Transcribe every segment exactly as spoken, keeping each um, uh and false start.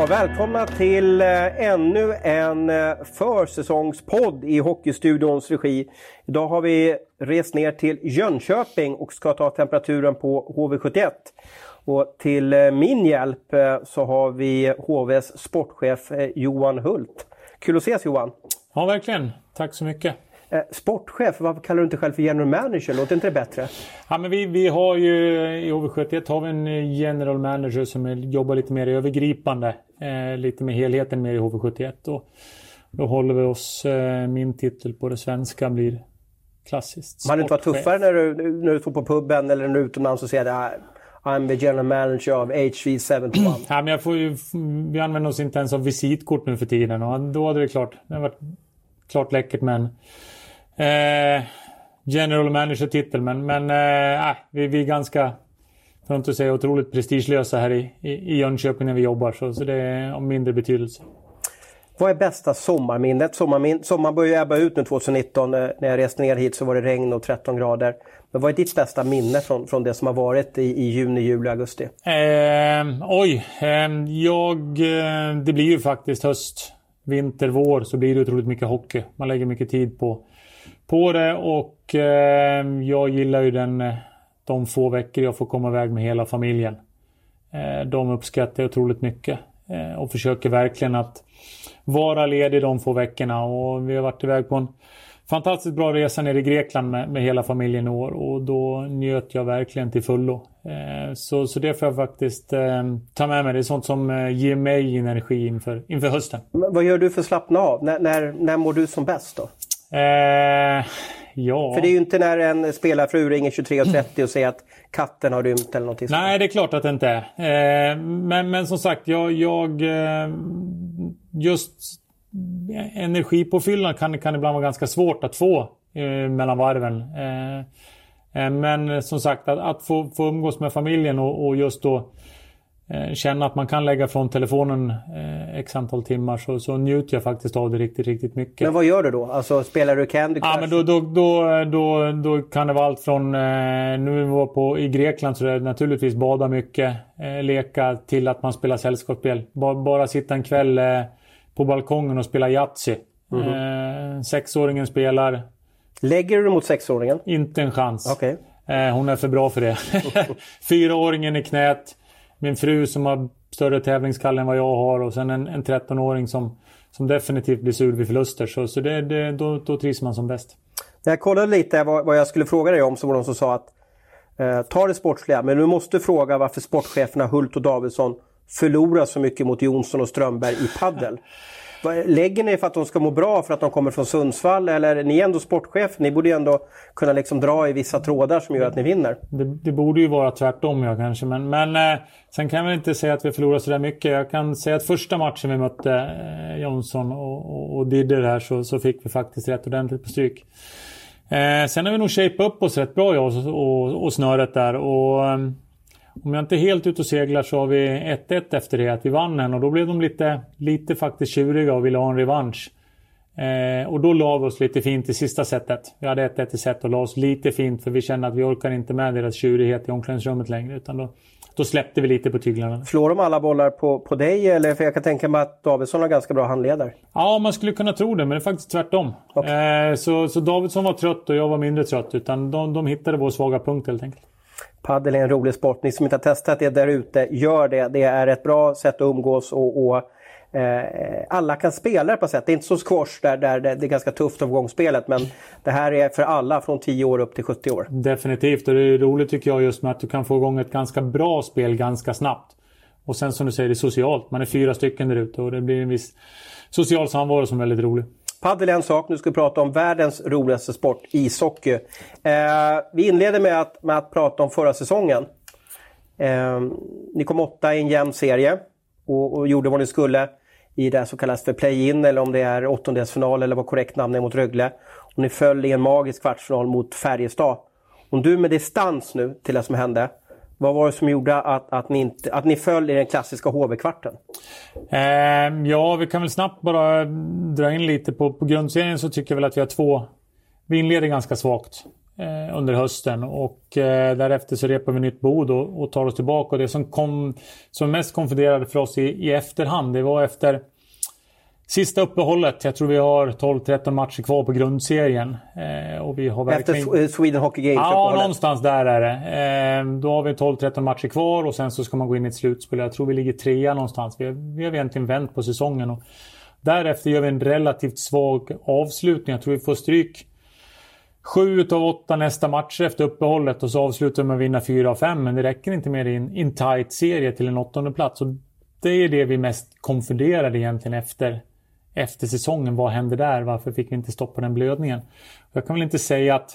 Ja, välkomna till eh, ännu en eh, försäsongspodd i Hockeystudions regi. Idag har vi rest ner till Jönköping och ska ta temperaturen på H V sjuttioett. Och till eh, min hjälp eh, så har vi H V:s sportchef eh, Johan Hult. Kul att ses, Johan. Ja, verkligen. Tack så mycket. Eh, sportchef, varför kallar du inte själv för general manager? Låter inte det bättre? Ja, men vi, vi har ju i H V sjuttioett har vi en general manager som är, jobbar lite mer övergripande. Eh, lite med helheten mer i H V sjuttioett. Och då håller vi oss, eh, min titel på det svenska blir klassiskt. Man inte vara tuffare när du, när du står på puben eller när du är utomlands och säger det I'm the general manager of H V sjuttioett. Ja, men jag får ju, vi använder oss inte ens av visitkort nu för tiden. Och då hade det klart, det har varit klart läckert med en eh, general manager-titel. Men, men eh, vi, vi är ganska, för att inte säga otroligt prestigelösa här i, i, i Jönköping när vi jobbar. Så, så det är av mindre betydelse. Vad är bästa sommarminnet? Sommarmin- sommaren började ebba ut nu tjugonitton. När jag reste ner hit så var det regn och tretton grader. Men vad är ditt bästa minne från, från det som har varit i, i juni, juli, augusti? Eh, oj, eh, jag, eh, det blir ju faktiskt höst, vinter, vår, så blir det otroligt mycket hockey. Man lägger mycket tid på, på det och eh, jag gillar ju den, de få veckor jag får komma iväg med hela familjen. Eh, de uppskattar jag otroligt mycket eh, och försöker verkligen att vara ledig de få veckorna. Och vi har varit iväg på en fantastiskt bra resa ner i Grekland med, med hela familjen i år. Och då njöt jag verkligen till fullo. Eh, så, så det får jag faktiskt eh, ta med mig. Det är sånt som eh, ger mig energi inför, inför hösten. Men vad gör du för att slappna av? När, när, när mår du som bäst då? Eh, ja. För det är ju inte när en spelarfru ringer tjugotre trettio och säger att katten har rymt eller någonting sånt. Nej, det är klart att det inte är. Eh, men, men som sagt, jag... jag eh, just energipåfyllnad kan, kan ibland vara ganska svårt att få eh, mellan varven. Eh, eh, men som sagt, att, att få, få umgås med familjen och, och just då eh, känna att man kan lägga från telefonen eh, x antal timmar, så, så njuter jag faktiskt av det riktigt, riktigt mycket. Men vad gör du då? Alltså spelar du Candy Crush? Ja, men då, då, då, då, då kan det vara allt från eh, nu vi var på i Grekland, så det är naturligtvis bada mycket, eh, leka, till att man spelar sällskapsspel. Bara, bara sitta en kväll eh, på balkongen och spela Yatzy. Mm-hmm. Eh, sexåringen spelar. Lägger du mot sexåringen? Inte en chans. Okay. Eh, hon är för bra för det. Fyraåringen i knät. Min fru som har större tävlingsskalle än vad jag har. Och sen en, en trettonåring som, som definitivt blir sur vid förluster. Så, så det, det, då, då trivs man som bäst. Jag kollade lite vad, vad jag skulle fråga dig om, så var de som sa att eh, ta det sportsliga. Men du måste fråga varför sportcheferna Hult och Davidsson förlorar så mycket mot Jonsson och Strömberg i paddel. Lägger ni för att de ska må bra för att de kommer från Sundsvall, eller ni är ändå sportchef, ni borde ju ändå kunna liksom dra i vissa trådar som gör att ni vinner. Det, det borde ju vara tvärtom, jag kanske, men, men eh, sen kan jag väl inte säga att vi förlorar så där mycket. Jag kan säga att första matchen vi mötte eh, Jonsson och, och, och Didder här, så, så fick vi faktiskt rätt ordentligt på stryk. Eh, sen har vi nog shape upp oss rätt bra, jag och, och, och snöret där, och eh, om jag inte är helt ute och seglar så har vi ett ett efter det, att vi vann en, och då blev de lite, lite faktiskt tjuriga och ville ha en revansch. Eh, och då la vi oss lite fint i sista setet. Vi hade ett ett i set och la oss lite fint, för vi kände att vi orkar inte med deras tjurighet i omklädningsrummet längre, utan då, då släppte vi lite på tyglarna. Slår de alla bollar på, på dig, eller? För jag kan tänka mig att Davidsson har ganska bra handledare. Ja, man skulle kunna tro det, men det är faktiskt tvärtom. Okay. Eh, så, så Davidsson var trött och jag var mindre trött, utan de, de hittade vår svaga punkt helt enkelt. Paddel är en rolig sport. Ni som inte har testat det där ute, gör det. Det är ett bra sätt att umgås och, och eh, alla kan spela det på sätt. Det är inte så squash där, där det är ganska tufft avgångsspelet, men det här är för alla från tio år upp till sjuttio år. Definitivt, och det är roligt tycker jag just med att du kan få igång ett ganska bra spel ganska snabbt. Och sen som du säger, det är socialt. Man är fyra stycken där ute och det blir en viss social samvaro som är väldigt rolig. Paddel är en sak. Nu ska vi prata om världens roligaste sport, ishockey. Eh, vi inleder med att, med att prata om förra säsongen. Eh, ni kom åtta i en jämn serie och, och gjorde vad ni skulle i det som kallas för play-in, eller om det är åttondelsfinal eller vad korrekt namn är, mot Rögle. Och ni föll i en magisk kvartsfinal mot Färjestad. Och du med distans nu till det som hände, vad var det som gjorde att, att, ni, inte, att ni föll i den klassiska H V-kvarten? Eh, ja, vi kan väl snabbt bara dra in lite på, på grundserien, så tycker jag väl att vi har två... Vi inleder ganska svagt. eh, under hösten. Och eh, därefter så repar vi nytt bod och, och tar oss tillbaka. Och det som kom som mest konfunderade för oss i, i efterhand, det var efter sista uppehållet. Jag tror vi har tolv tretton matcher kvar på grundserien. Eh, och vi har verkligen... Efter Sweden Hockey Games? Ja, någonstans där är det. Eh, då har vi tolv tretton matcher kvar och sen så ska man gå in i ett slutspel. Jag tror vi ligger trea någonstans. Vi har, vi har egentligen vänt på säsongen. Och därefter gör vi en relativt svag avslutning. Jag tror vi får stryk sju utav åtta nästa matcher efter uppehållet. Och så avslutar vi med att vinna fyra av fem. Men det räcker inte med i en, en tight serie till en åttonde plats. Och det är det vi mest konfunderade egentligen efter... efter säsongen. Vad hände där? Varför fick vi inte stoppa den blödningen? Jag kan väl inte säga att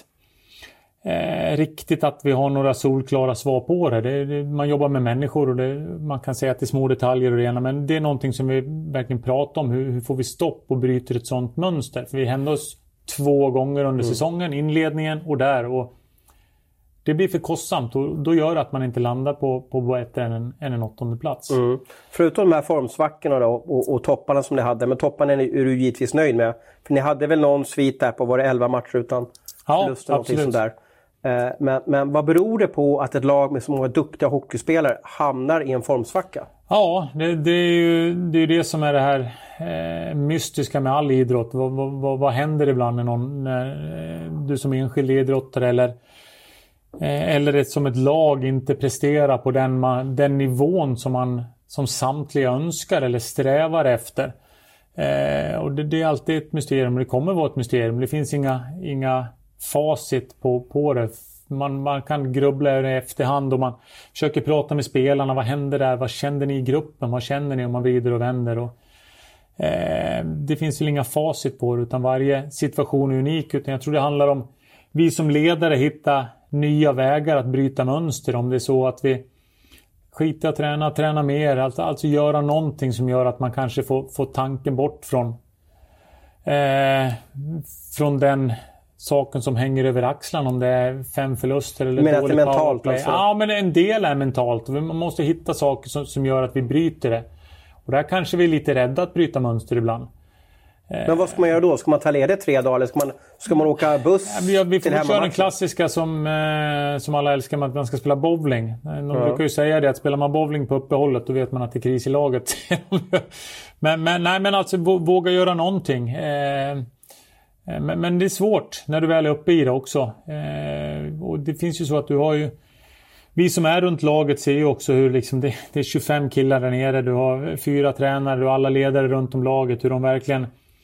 eh, riktigt att vi har några solklara svar på det. det, det man jobbar med människor och det, man kan säga att det är små detaljer och det ena, men det är någonting som vi verkligen pratar om. Hur, hur får vi stopp och bryter ett sånt mönster? För vi hände oss två gånger under mm. säsongen, inledningen och där, och det blir för kostsamt och då gör det att man inte landar på, på bättre än en, än en åttonde plats. Mm. Förutom de här formsvackorna då, och, och topparna som ni hade, men topparna är du givetvis nöjd med. För ni hade väl någon svit där på, var det elva matcher utan ja, förlust eller någonting sånt där. Eh, men, men vad beror det på att ett lag med så många duktiga hockeyspelare hamnar i en formsvacka? Ja, det, det är ju det, är det som är det här eh, mystiska med all idrott. Vad, vad, vad händer ibland när, någon, när eh, du som enskild idrottare eller Eller ett, som ett lag inte presterar på den, man, den nivån som man som samtliga önskar eller strävar efter. Eh, och det, det är alltid ett mysterium. Det kommer vara ett mysterium. Det finns inga, inga facit på, på det. Man, man kan grubbla över det i efterhand och man försöker prata med spelarna. Vad händer där? Vad kände ni i gruppen? Vad känner ni om man vrider och vänder? Och, eh, det finns väl inga facit på det, utan varje situation är unik. Utan jag tror det handlar om vi som ledare hitta nya vägar att bryta mönster. Om det är så att vi skiter att träna, träna mer, alltså, alltså göra någonting som gör att man kanske får, får tanken bort från eh, från den saken som hänger över axlarna, om det är fem förluster eller men dåligt mentalt alltså. Ja, men en del är mentalt. Man måste hitta saker som, som gör att vi bryter det. Och där kanske vi är lite rädda att bryta mönster ibland. Men vad ska man göra då? Ska man ta ledigt tre dagar eller ska man, ska man åka buss ja, vi till får köra den klassiska som, eh, som alla älskar, att man ska spela bowling. De ja. brukar ju säga det, att spelar man bowling på uppehållet då vet man att det är kris i laget. men, men, nej, men alltså våga göra någonting. Eh, men, men det är svårt när du väl är uppe i det också. Eh, och det finns ju så att du har ju... Vi som är runt laget ser ju också hur liksom det, det är tjugofem killar där nere. Du har fyra tränare och alla ledare runt om laget. Hur de verkligen...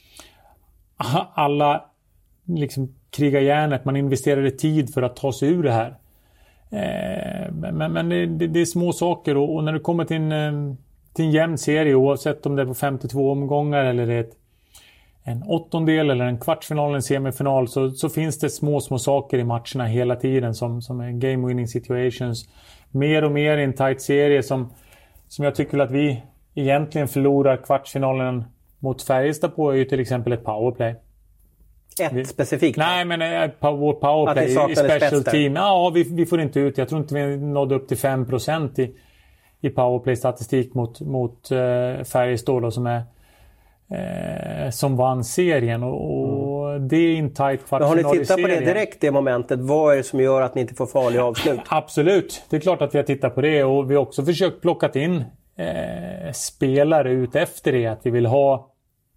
alla liksom krigar järnet, man investerade tid för att ta sig ur det här. Eh, men men det, det, det är små saker och, och när du kommer till en, till en jämn serie, oavsett om det är på femtiotvå omgångar eller det är ett, en åttondel eller en kvartsfinal eller en semifinal, så, så finns det små små saker i matcherna hela tiden som, som är game winning situations. Mer och mer i en tight serie som, som jag tycker att vi egentligen förlorar kvartsfinalen mot Färjestad på är ju till exempel ett powerplay. Ett vi, specifikt? Nej, men vår powerplay i special team. Ja, vi, vi får inte ut. Jag tror inte vi nådde upp till fem procent i, i powerplay-statistik mot, mot uh, Färjestad då, som är uh, som vann serien. Och, och mm. det är en tight kvartsfinal i serien. Har ni tittat på det direkt, det momentet? Vad är det som gör att ni inte får farliga avslut? Absolut. Det är klart att vi har tittat på det och vi har också försökt plocka in uh, spelare ut efter det. Att vi vill ha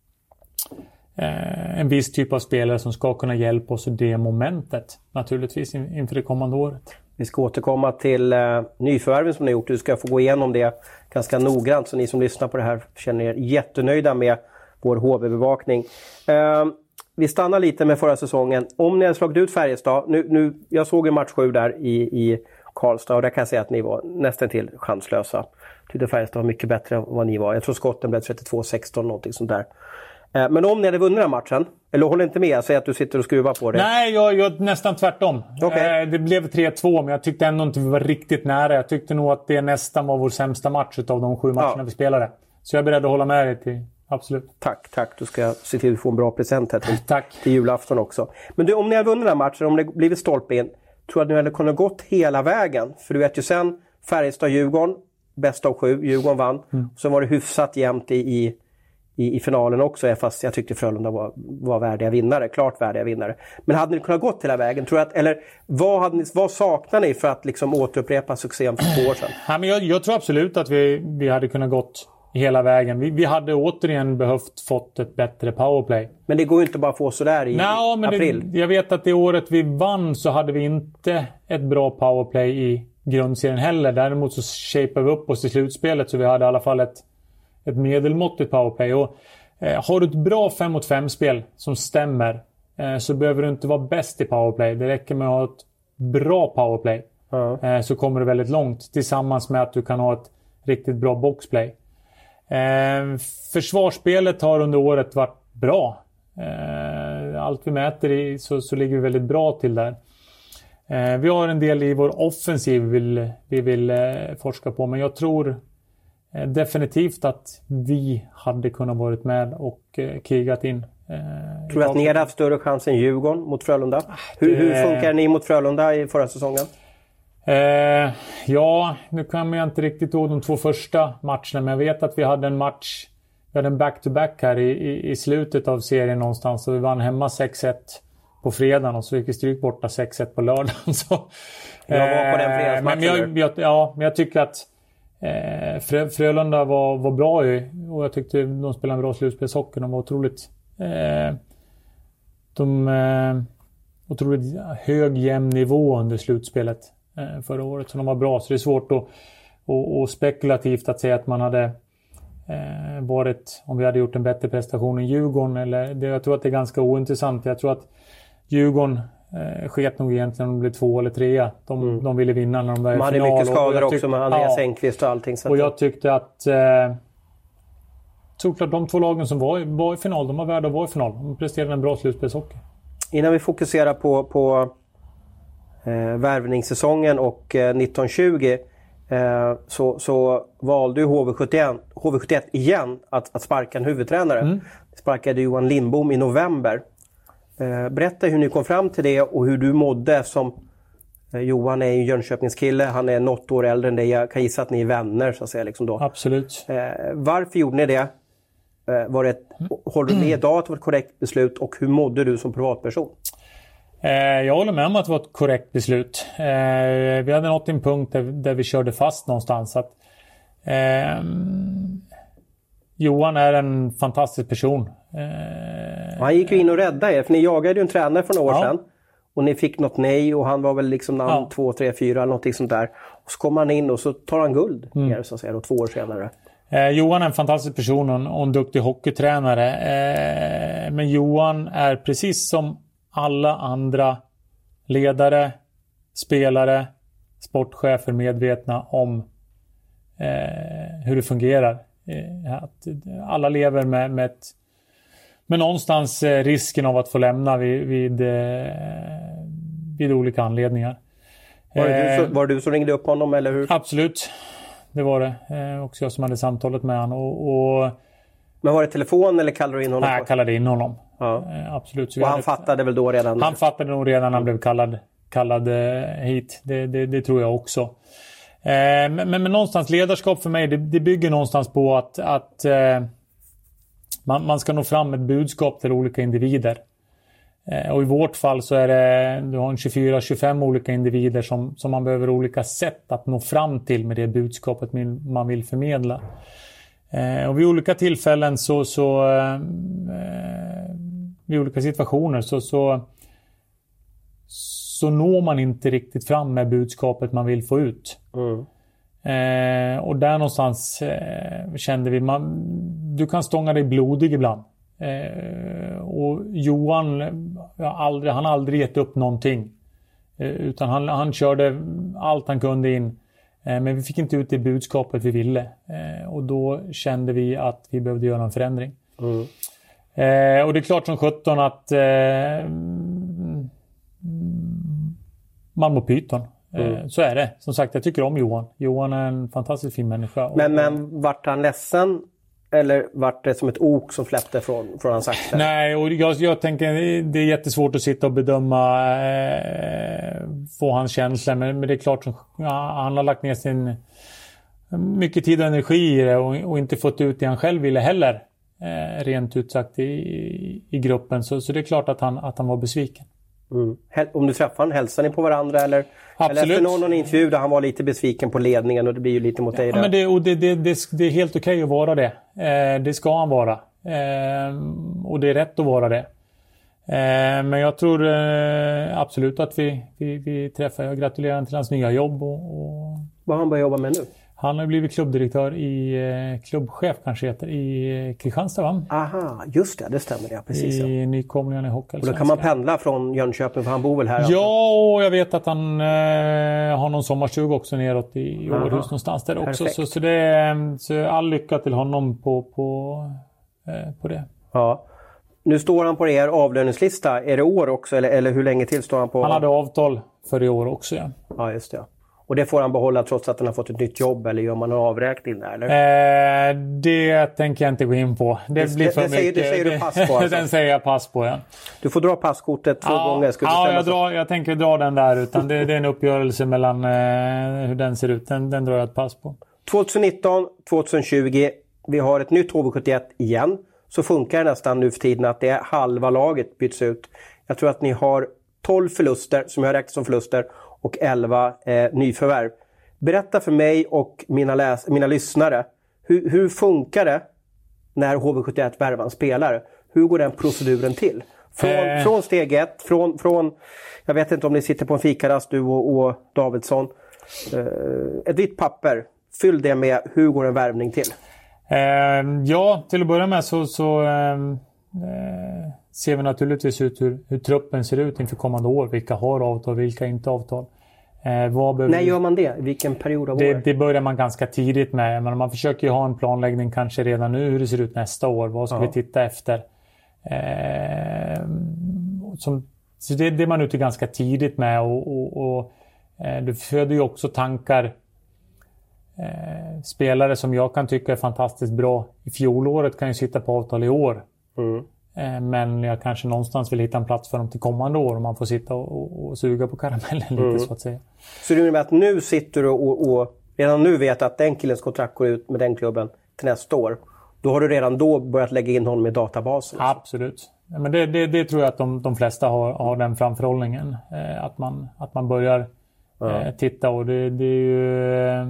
en viss typ av spelare som ska kunna hjälpa oss i det momentet naturligtvis inför det kommande året. Vi ska återkomma till uh, nyförvärven som ni har gjort. Du ska få gå igenom det ganska noggrant så ni som lyssnar på det här känner er jättenöjda med vår H V-bevakning. Uh, vi stannar lite med förra säsongen. Om ni har slagit ut Färjestad, nu, nu, jag såg en match sju där i, i Karlstad och där kan jag säga att ni var nästan till chanslösa. Jag tyckte Färjestad var mycket bättre än vad ni var. Jag tror skotten blev trettiotvå sexton någonting sånt där. Men om ni hade vunnit den matchen, eller håller inte med, säg att du sitter och skruvar på det. Nej, jag gör nästan tvärtom. Okay. Det blev tre två, men jag tyckte ändå inte vi var riktigt nära. Jag tyckte nog att det nästan var vår sämsta match av de sju matcherna ja. vi spelade. Så jag är beredd att hålla med dig till, absolut. Tack, tack. Du ska se till att få en bra present här till, tack. till julafton också. Men du, om ni hade vunnit den här matchen, om det blivit stolpe in, tror jag att ni hade kunnat gått hela vägen. För du vet ju sen, Färjestad-Djurgården, bästa av sju, Djurgården vann. Mm. Så var det hyfsat jämnt i... i i, i finalen också, fast jag tyckte Frölunda var, var värdiga vinnare, klart värdiga vinnare. Men hade ni kunnat gått hela vägen, tror jag att, eller vad, hade ni, vad saknar ni för att liksom återupprepa succén för två år sedan? Ja, men jag, jag tror absolut att vi, vi hade kunnat gått hela vägen. Vi, vi hade återigen behövt fått ett bättre powerplay. Men det går ju inte bara att få sådär i Nå, men april. Det, jag vet att det året vi vann så hade vi inte ett bra powerplay i grundserien heller. Däremot så shapeade vi upp oss i slutspelet så vi hade i alla fall ett, ett medelmåttigt powerplay. Och, eh, har du ett bra fem mot fem-spel som stämmer eh, så behöver du inte vara bäst i powerplay. Det räcker med att ha ett bra powerplay. Ja. Eh, så kommer du väldigt långt tillsammans med att du kan ha ett riktigt bra boxplay. Eh, försvarsspelet har under året varit bra. Eh, allt vi mäter i så, så ligger vi väldigt bra till där. Eh, vi har en del i vår offensiv vi vill, vi vill eh, forska på, men jag tror eh, definitivt att vi hade kunnat varit med och eh, krigat in. Eh, tror du att ni hade haft större chans än Djurgården mot Frölunda? Hur, hur funkar ni mot Frölunda i förra säsongen? Eh, ja, nu kan jag inte riktigt ihåg de två första matcherna, men jag vet att vi hade en match, vi hade en back-to-back här i, i, i slutet av serien någonstans, och vi vann hemma sex ett på fredagen och så fick vi stryk borta sex ett på lördagen. Så, jag var på den fredagsmatchen. Men jag, jag, ja, men jag tycker att eh, Frö, Frölunda var, var bra ju, och jag tyckte de spelade en bra slutspelshockey. De var otroligt eh, de eh, otroligt hög jämn nivå under slutspelet eh, förra året, så de var bra. Så det är svårt att, och, och spekulativt att säga att man hade eh, varit, om vi hade gjort en bättre prestation än Djurgården, eller det, jag tror att det är ganska ointressant. Jag tror att Djurgården eh, sket nog egentligen om de blev två eller trea. De, mm. de ville vinna när de var i final. De hade mycket skador tyck- också med Andreas ja. Engqvist och allting. Så och jag tyckte att eh, såklart de två lagen som var, var i final, de var värda att vara i final. De presterade en bra slutspelshockey. Innan vi fokuserar på, på eh, värvningssäsongen och eh, nitton tjugo eh, så, så valde ju H V sjuttioett, H V sjuttioett igen att, att sparka en huvudtränare. Mm. Sparkade Johan Lindbom i november. Eh, berätta hur ni kom fram till det och hur du mådde, som eh, Johan är ju Jönköpingskille, han är något år äldre än dig. Jag kan gissa att ni är vänner så att säga. Liksom då. Absolut. Eh, varför gjorde ni det? Eh, var det ett, håller du med idag att det var ett korrekt beslut, och hur mådde du som privatperson? Eh, jag håller med om att det var ett korrekt beslut. Eh, vi hade nått en punkt där, där vi körde fast någonstans. Att, eh, Johan är en fantastisk person. Eh, han gick ju in och räddade er, för ni jagade ju en tränare för några år ja. sedan. Och ni fick något nej, och han var väl liksom namn ja. två, tre, fyra eller någonting sånt där. Och så kommer han in och så tar han guld mm. er, så att säga, då, två år senare. Eh, Johan är en fantastisk person och en duktig hockeytränare. Eh, men Johan är precis som alla andra ledare, spelare, sportchefer medvetna om eh, hur det fungerar. Eh, att alla lever med, med, ett, med någonstans eh, risken av att få lämna vid, vid, eh, vid olika anledningar. Var det, du som, var det du som ringde upp honom, eller hur? Absolut. Det var det. Eh, också jag som hade samtalet med honom. Och, och... Men var det telefon eller kallade du in honom? Nej, jag kallade in honom. Ja. Eh, absolut. Så och han hade... fattade väl då redan? Han fattade nog redan när han blev kallad, kallad eh, hit. Det, det, det tror jag också. Eh, men, men, men någonstans ledarskap för mig, det, det bygger någonstans på att, att eh, man, man ska nå fram ett budskap till olika individer. Eh, och i vårt fall så är det, du har en tjugofyra tjugofem olika individer som, som man behöver olika sätt att nå fram till med det budskapet man vill förmedla. Eh, och vid olika tillfällen så, så eh, vid olika situationer så, så så når man inte riktigt fram med budskapet man vill få ut. Mm. Eh, och där någonstans eh, kände vi man, du kan stånga dig blodig ibland. Eh, och Johan aldrig, han har aldrig gett upp någonting. Eh, utan han, han körde allt han kunde in. Eh, men vi fick inte ut det budskapet vi ville. Eh, och då kände vi att vi behövde göra en förändring. Mm. Eh, och det är klart som sjutton att eh, man mår pyton. Mm. Eh, så är det. Som sagt, jag tycker om Johan. Johan är en fantastiskt fin människa. Men, men vart han ledsen? Eller vart det som ett ok som släppte från, från hans axel? Nej, och jag, jag tänker det är jättesvårt att sitta och bedöma eh, få hans känslor. Men, men det är klart som ja, han har lagt ner sin mycket tid och energi i det och, och inte fått ut det han själv ville heller. eh, rent ut sagt i, i gruppen. Så, så det är klart att han, att han var besviken. Mm. Om du träffar han, hälsar ni på varandra? Eller, Absolut. eller efter någon, någon intervju där han var lite besviken på ledningen och det blir ju lite mot dig där. Ja, men det, och det, det, det, det är helt okej att vara det. Eh, det ska han vara. Eh, och det är rätt att vara det. Eh, men jag tror eh, absolut att vi, vi, vi träffar. Jag gratulerar honom till hans nya jobb. Och, och... Vad har han börjat jobba med nu? Han har blivit klubbdirektör i eh, klubbchef kanske heter i Kristianstad, va? Aha, just det, det stämmer det, precis. I ja. nykomlingarna i hockey. Och då kan man pendla från Jönköping för han bor väl här? Ja, och jag vet att han eh, har någon sommarstug också neråt i Aha. Århus någonstans där också. Perfekt. Så, så det är så all lycka till honom på, på, eh, på det. Ja. Nu står han på er avlöningslista. Är det år också eller, eller hur länge till står han på? Han hade avtal för i år också, ja. Ja, just det. Och det får han behålla trots att han har fått ett nytt jobb eller gör man en avräkning där? Eller? Eh, det tänker jag inte gå in på. Det, det blir för det, det mycket. Säger, det säger du pass på alltså. Den säger jag pass på, ja. Du får dra passkortet två ja, gånger. Ska du ja, jag, så? drar, jag tänker dra den där. Utan det, det är en uppgörelse mellan eh, hur den ser ut. Den, den drar jag ett pass på. tjugonitton tjugohundratjugo. Vi har ett nytt H V sjuttioett igen. Så funkar det nästan nu för tiden att det är halva laget byts ut. Jag tror att ni har tolv förluster som jag räknar som förluster och elva eh, nyförvärv. Berätta för mig och mina, läs- mina lyssnare. Hur, hur funkar det när H V sjuttioett värvar en spelare? Hur går den proceduren till? Från, eh. från steg ett, från, från... Jag vet inte om ni sitter på en fikarast du och, och Davidsson. Eh, ett vitt papper. Fyll det med hur går en värvning till? Eh, ja, till att börja med så, så eh, ser vi naturligtvis ut hur, hur truppen ser ut inför kommande år. Vilka har avtal, vilka inte avtal. Eh, vad När gör man det? Vilken period av det, året? det börjar man ganska tidigt med. Men man försöker ju ha en planläggning kanske redan nu hur det ser ut nästa år. Vad ska ja. vi titta efter? Eh, som, så det, det är man ute ganska tidigt med. Och, och, och eh, det föder ju också tankar. Eh, spelare som jag kan tycka är fantastiskt bra i fjolåret kan ju sitta på avtal i år. Mm. Eh, men jag kanske någonstans vill hitta en plats för dem till kommande år. Och man får sitta och, och, och suga på karamellen lite mm. så att säga. Så det innebär att nu sitter du och, och redan nu vet att den killens kontrakt går ut med den klubben till nästa år. Då har du redan då börjat lägga in honom i databasen. Alltså. Absolut. Men det, det, det tror jag att de, de flesta har, har den framförhållningen. Eh, att, man, att man börjar ja. eh, titta och det, det är ju... Eh,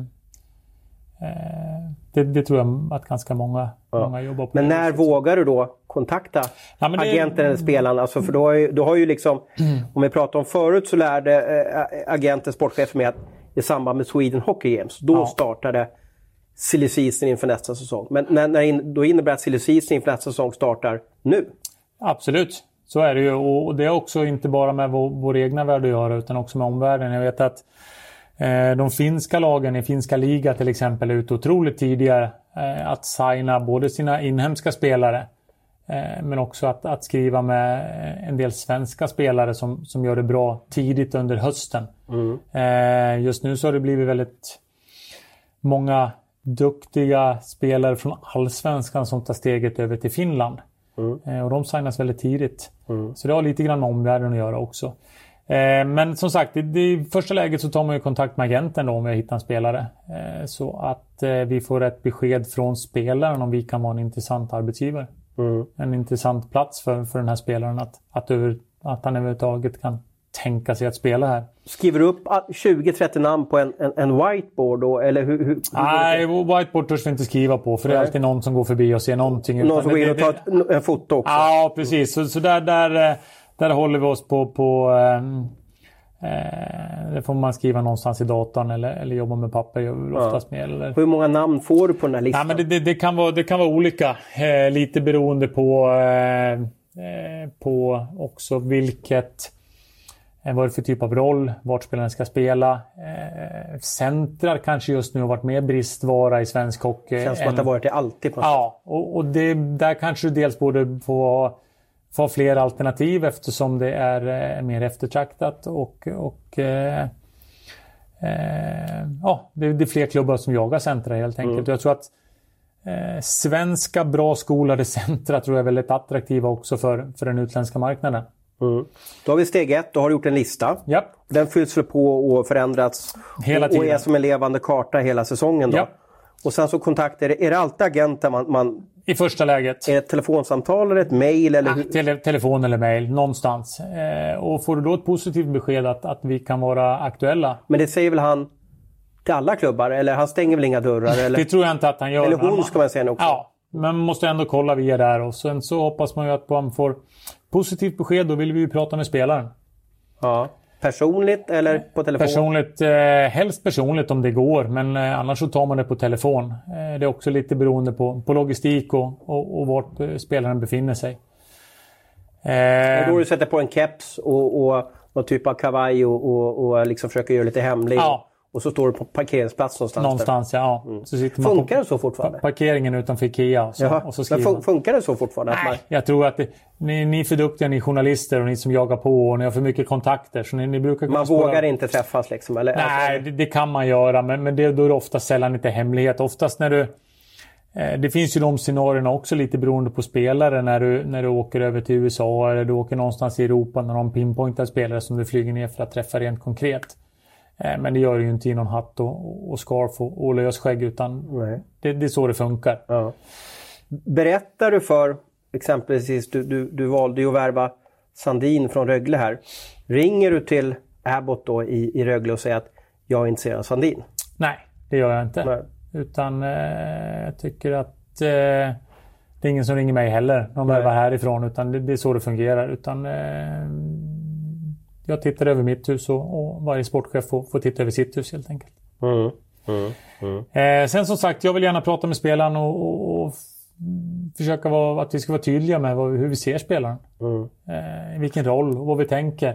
Det, det tror jag att ganska många, ja. många jobbar på. Men när vågar du då kontakta ja, det... agenten eller spelaren? Alltså för då har ju, då har ju liksom, mm. om vi pratar om förut så lärde äh, agenten, sportchefen med att i samband med Sweden Hockey Games, då ja. startade silly season inför nästa säsong. Men när, när in, då innebär att silly season inför nästa säsong startar nu? Absolut, så är det ju. Och det är också inte bara med vår, vår egna värld att göra utan också med omvärlden. Jag vet att de finska lagen i finska liga till exempel är ute otroligt tidigare eh, att signa både sina inhemska spelare eh, men också att, att skriva med en del svenska spelare som, som gör det bra tidigt under hösten. Mm. Eh, just nu så har det blivit väldigt många duktiga spelare från allsvenskan som tar steget över till Finland. Mm. Eh, och de signas väldigt tidigt. Mm. Så det har lite grann med omvärlden att göra också. Men som sagt, i första läget så tar man ju kontakt med agenten då om vi hittar en spelare. Så att vi får ett besked från spelaren om vi kan vara en intressant arbetsgivare. Mm. En intressant plats för, för den här spelaren att, att, över, att han överhuvudtaget kan tänka sig att spela här. Skriver du upp tjugo trettio namn på en, en, en whiteboard då? Eller hur, hur, hur Nej, whiteboard törs vi inte skriva på för Nej. det är alltid någon som går förbi och ser någonting. Någon som går in och tar ett, en foto också. Ja, precis. Så, så där... där Där håller vi oss på, på eh, det får man skriva någonstans i datorn eller, eller jobba med papper gör vi oftast ja. med. Eller... Hur många namn får du på den här listan? Ja, men det, det, det, kan vara, det kan vara olika. Eh, lite beroende på, eh, på också vilket, eh, vad är det för typ av roll, vart spelaren ska spela. Eh, centrar kanske just nu har varit mer bristvara i svensk hockey. Det känns som än... att det har varit det alltid. På ja, och, och det, där kanske du dels borde få få fler alternativ eftersom det är eh, mer eftertraktat och, och eh, eh, ja, det, det är fler klubbar som jagar centra helt enkelt. Mm. Jag tror att eh, svenska bra skolade centra tror jag är väldigt attraktiva också för, för den utländska marknaden. Mm. Då har vi steg ett, då har du gjort en lista. Yep. Den fylls väl på och förändrats hela tiden. Och är som en levande karta hela säsongen då. Yep. Och sen så kontaktar, är det alltid agenter man, man I första läget. Är det ett telefonsamtal eller ett mejl? Eller ja, tele- telefon eller mejl, någonstans. Eh, och får du då ett positivt besked att, att vi kan vara aktuella. Men det säger väl han till alla klubbar? Eller han stänger väl inga dörrar? Eller, det tror jag inte att han gör. eller hon ska man säga också. Ja, men man måste ändå kolla via där. Och sen så hoppas man ju att man får positivt besked. Då vill vi ju prata med spelaren. Ja. Personligt eller på telefon? Personligt, eh, helst personligt om det går. Men eh, annars så tar man det på telefon. Eh, det är också lite beroende på, på logistik och, och, och vart eh, spelaren befinner sig. Eh, då du sätter på en keps och, och någon typ av kavaj och, och, och liksom försöker göra lite hemlig. Ja. Och så står du på parkeringsplats någonstans. Någonstans, där. Ja. Mm. Så sitter man funkar på det så fortfarande? Parkeringen utanför Ikea. Och så, och så skriver men man. Funkar det så fortfarande? Nej, att man... jag tror att det, ni, ni är för duktiga, ni journalister och ni som jagar på och ni har för mycket kontakter. Så ni, ni brukar man spåra... vågar inte träffas liksom? Eller? Nej, alltså... det, det kan man göra. Men, men det, då är det ofta sällan inte hemlighet. Oftast när du... Eh, det finns ju de scenarierna också lite beroende på spelare. När du, när du åker över till U S A eller du åker någonstans i Europa när de pinpointar spelare som du flyger ner för att träffa rent konkret. Men det gör ju inte i någon hatt och, och scarf och, och lösskägg utan det, det är så det funkar. Ja. Berättar du för exempelvis, du, du, du valde ju att värva Sandin från Rögle här. Ringer du till Abbott då i, i Rögle och säger att jag är intresserad av Sandin? Nej, det gör jag inte. Nej. Utan eh, jag tycker att eh, det är ingen som ringer mig heller. De värvar härifrån utan det, det är så det fungerar. Utan... Eh, Jag tittar över mitt hus och, och varje sportchef får, får titta över sitt hus helt enkelt. Mm, mm, mm. Eh, sen som sagt, jag vill gärna prata med spelaren och, och, och försöka vara, att vi ska vara tydliga med vad, hur vi ser spelaren. Mm. Eh, vilken roll och vad vi tänker.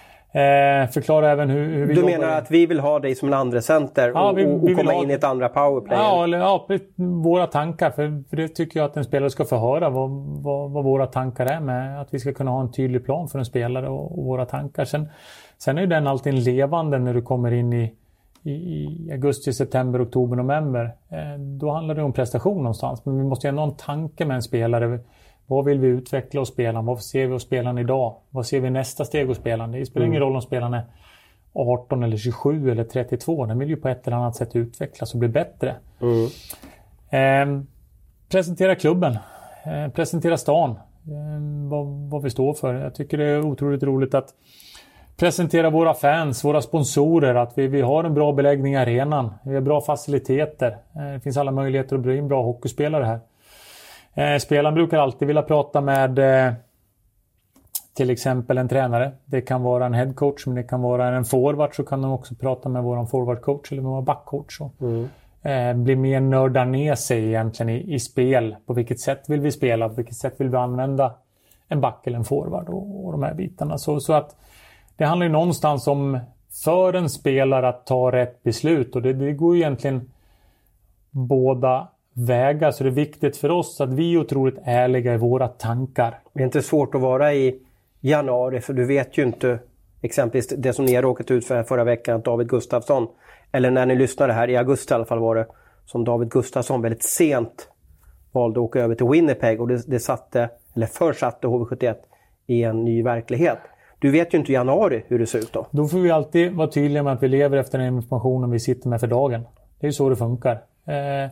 Eh, förklara även hur, hur vi Du jobbar. menar att vi vill ha dig som en andra center ja, och, vi, och, och vi komma ha... in i ett andra powerplay? Ja, eller, ja, våra tankar. För, för det tycker jag att en spelare ska få höra vad, vad, vad våra tankar är med. Att vi ska kunna ha en tydlig plan för en spelare och, och våra tankar. Sen, sen är ju den alltid levande när du kommer in i, i, i augusti, september, oktober, november. Eh, då handlar det om prestation någonstans. Men vi måste ju ha en tanke med en spelare. Vad vill vi utveckla och spela? Vad ser vi hos spelaren idag? Vad ser vi nästa steg hos spelaren? Det spelar ingen mm. roll om spelaren är arton eller tjugosju eller trettiotvå. Den vill ju på ett eller annat sätt utvecklas och bli bättre. Mm. Eh, presentera klubben. Eh, presentera stan. Eh, vad, vad vi står för. Jag tycker det är otroligt roligt att presentera våra fans, våra sponsorer. Att vi, vi har en bra beläggning i arenan. Vi har bra faciliteter. Eh, det finns alla möjligheter att bli en bra hockeyspelare här. Eh, spelaren brukar alltid vilja prata med eh, till exempel en tränare. Det kan vara en headcoach, men det kan vara en forward. Så kan de också prata med vår forwardcoach eller med vår backcoach. Mm. Eh, bli mer nörda ner sig egentligen i, i spel. På vilket sätt vill vi spela? På vilket sätt vill vi använda en back eller en forward och, och de här bitarna. Så, så att det handlar ju någonstans om för en spelare att ta rätt beslut. Och det, det går ju egentligen båda vägar. Så det är viktigt för oss att vi är otroligt ärliga i våra tankar. Det är inte svårt att vara i januari, för du vet ju inte exempelvis det som ni har råkat ut för förra veckan, att David Gustafsson, eller när ni lyssnade här i augusti i alla fall var det, som David Gustafsson väldigt sent valde att åka över till Winnipeg och det, det satte, eller försatte H V sjuttioett i en ny verklighet. Du vet ju inte i januari hur det ser ut då. Då får vi alltid vara tydliga med att vi lever efter den informationen vi sitter med för dagen. Det är ju så det funkar. Eh,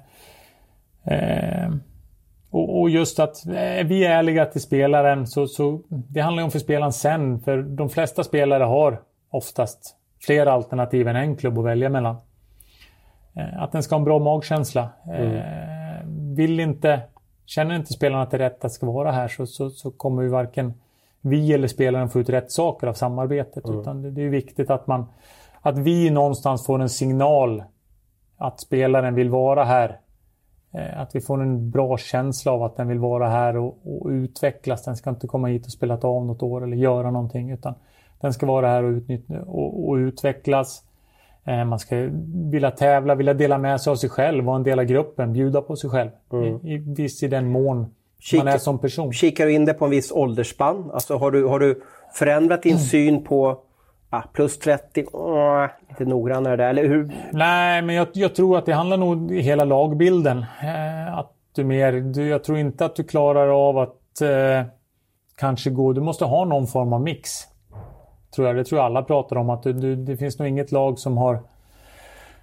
eh, och, och just att eh, vi är ärliga till spelaren, så, så det handlar ju om för spelaren sen. För de flesta spelare har oftast fler alternativ än en klubb att välja mellan. Eh, att den ska ha en bra magkänsla. Mm. Eh, vill inte, känner inte spelaren att det är rätt att ska vara här, så, så, så kommer vi varken vi eller spelaren få ut rätt saker av samarbetet. Mm. Utan det, det är viktigt att man att vi någonstans får en signal att spelaren vill vara här. Eh, att vi får en bra känsla av att den vill vara här och, och utvecklas. Den ska inte komma hit och spela av något år eller göra någonting, utan den ska vara här och, utnyttja, och, och utvecklas. Eh, man ska vilja tävla, vilja dela med sig av sig själv, vara en del av gruppen, bjuda på sig själv. Mm. I, i viss i den mån Kika, man är som person. Kikar du in det på en viss åldersspann? Alltså har du, har du förändrat din mm. syn på ah, plus trettio? Åh, lite noggrannare där, eller hur? Nej, men jag, jag tror att det handlar nog i hela lagbilden. Eh, att du mer, du, jag tror inte att du klarar av att eh, kanske gå, du måste ha någon form av mix. Tror jag, det tror jag alla pratar om, att du, du, det finns nog inget lag som har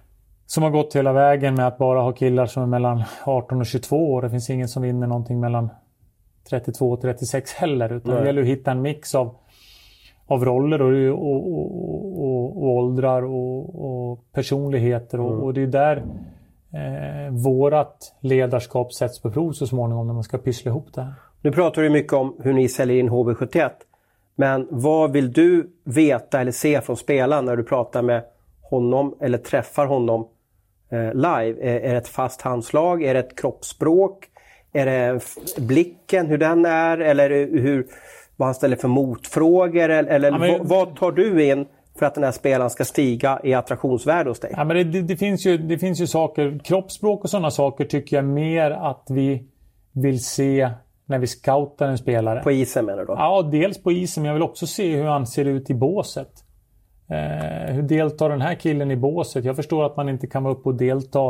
som har gått hela vägen med att bara ha killar som är mellan arton och tjugotvå år. Det finns ingen som vinner någonting mellan trettiotvå och trettiosex heller. Utan det gäller att hitta en mix av, av roller och, och, och, och, och åldrar och, och personligheter. Och, mm. och det är där eh, vårat ledarskap sätts på prov så småningom när man ska pyssla ihop det här. Nu pratar du mycket om hur ni säljer in H V sjuttioett. Men vad vill du veta eller se från spelaren när du pratar med honom eller träffar honom eh, live? Är, är det ett fast handslag? Är det ett kroppsspråk? Är det blicken, hur den är? Eller hur, vad han ställer för motfrågor? Eller, eller ja, men, vad, vad tar du in för att den här spelaren ska stiga i attraktionsvärde hos dig? Ja, men det, det, det, finns ju, det finns ju saker, kroppsspråk och sådana saker tycker jag mer att vi vill se när vi scoutar en spelare. På isen menar du då? Ja, dels på isen, men jag vill också se hur han ser ut i båset. Eh, hur deltar den här killen i båset? Jag förstår att man inte kan vara uppe och delta.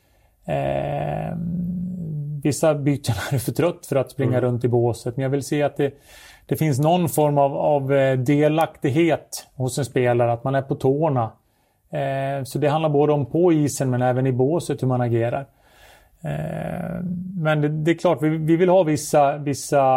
Eh, vissa byten är för trött för att springa mm. runt i båset. Men jag vill se att det, det finns någon form av, av delaktighet hos en spelare. Att man är på tårna. Eh, så det handlar både om på isen men även i båset hur man agerar. Men det, det är klart, vi, vi vill ha vissa, vissa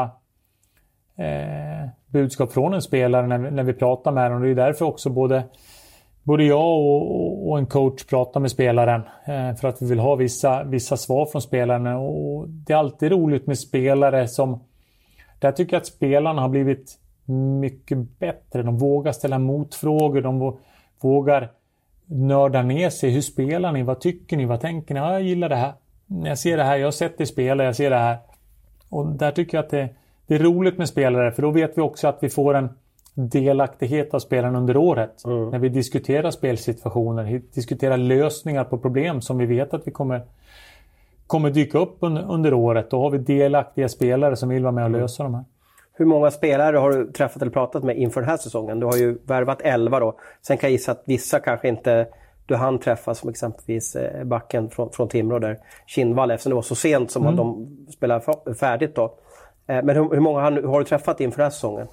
eh, budskap från en spelare när vi, när vi pratar med dem. Det är därför också både, både jag och, och en coach pratar med spelaren. Eh, för att vi vill ha vissa, vissa svar från spelaren. Och det är alltid roligt med spelare som... Där tycker jag att spelarna har blivit mycket bättre. De vågar ställa motfrågor. De vågar nörda ner sig. Hur spelar ni? Vad tycker ni? Vad tänker ni? Ja, jag gillar det här. Jag ser det här, jag har sett det spela, jag ser det här. Och där tycker jag att det, det är roligt med spelare. För då vet vi också att vi får en delaktighet av spelaren under året. Mm. När vi diskuterar spelsituationer, diskuterar lösningar på problem som vi vet att vi kommer, kommer dyka upp under, under året. Då har vi delaktiga spelare som vill vara med och lösa mm. de här. Hur många spelare har du träffat eller pratat med inför den här säsongen? Du har ju värvat elva då. Sen kan jag gissa att vissa kanske inte... Du hann träffa som exempelvis backen från, från Timrå där, Kindvall, eftersom det var så sent som mm. de spelade färdigt då. Men hur, hur många har, har du träffat inför den här säsongen?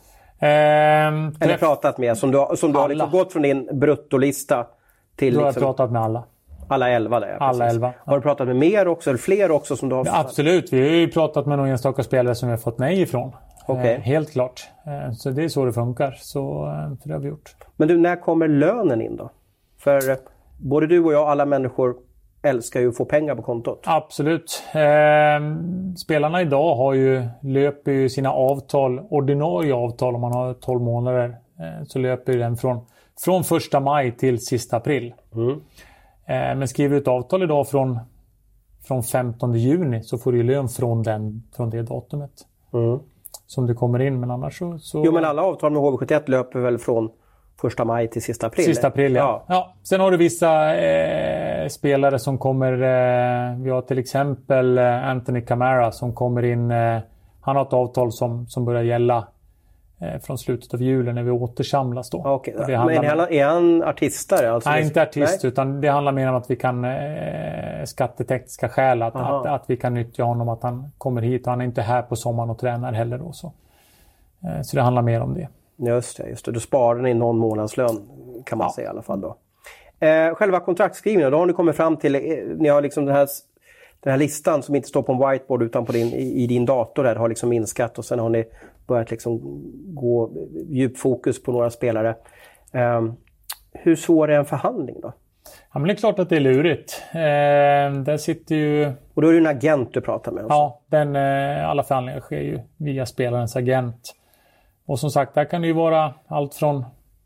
Ehm, Eller pratat med, som du, som du har liksom gått från din bruttolista till... Du har liksom, pratat med alla. Alla elva där, alla precis. elva. Har du pratat med mer också, eller fler också som du har... Ja, absolut, vi har ju pratat med några enstaka spelare som vi har fått nej ifrån. Okay. Eh, helt klart. Eh, så det är så det funkar, så eh, för det har vi gjort. Men du, när kommer lönen in då? För... Både du och jag, alla människor, älskar ju att få pengar på kontot. Absolut. Eh, spelarna idag har ju, löper ju sina avtal, ordinarie avtal om man har tolv månader. Eh, så löper den från, från första maj till sista april. Mm. Eh, men skriver du ett avtal idag från, från femtonde juni så får du ju lön från, den, från det datumet. Mm. Som du kommer in, men annars så, så... Jo, men alla avtal med H V sjuttioett löper väl från... Första maj till sista april. Sista april, ja. ja. ja. Sen har du vissa eh, spelare som kommer... Eh, vi har till exempel eh, Anthony Camara som kommer in... Eh, han har ett avtal som, som börjar gälla eh, från slutet av julen när vi återsamlas då. Okay. Men är han, är han artistare? Alltså nej, inte artist. Nej? Utan det handlar mer om att vi kan... Eh, skattetekniska skäl. Att, att, att vi kan nyttja honom. Att han kommer hit. Och han är inte här på sommaren och tränar heller då. Så, eh, så det handlar mer om det. Just det, just det. Du sparar ni någon månadslön kan man ja. säga i alla fall då. Eh, själva kontraktskrivningen, då har ni kommit fram till, eh, ni har liksom den här, den här listan som inte står på en whiteboard utan på din, i, i din dator där har liksom minskat och sen har ni börjat liksom gå djupfokus på några spelare. Eh, hur svår är en förhandling då? Ja, men det är klart att det är lurigt. Eh, där sitter ju... Och då är det en agent du pratar med? Också. Ja, den, eh, alla förhandlingar sker ju via spelarens agent. Och som sagt, där kan det ju vara allt från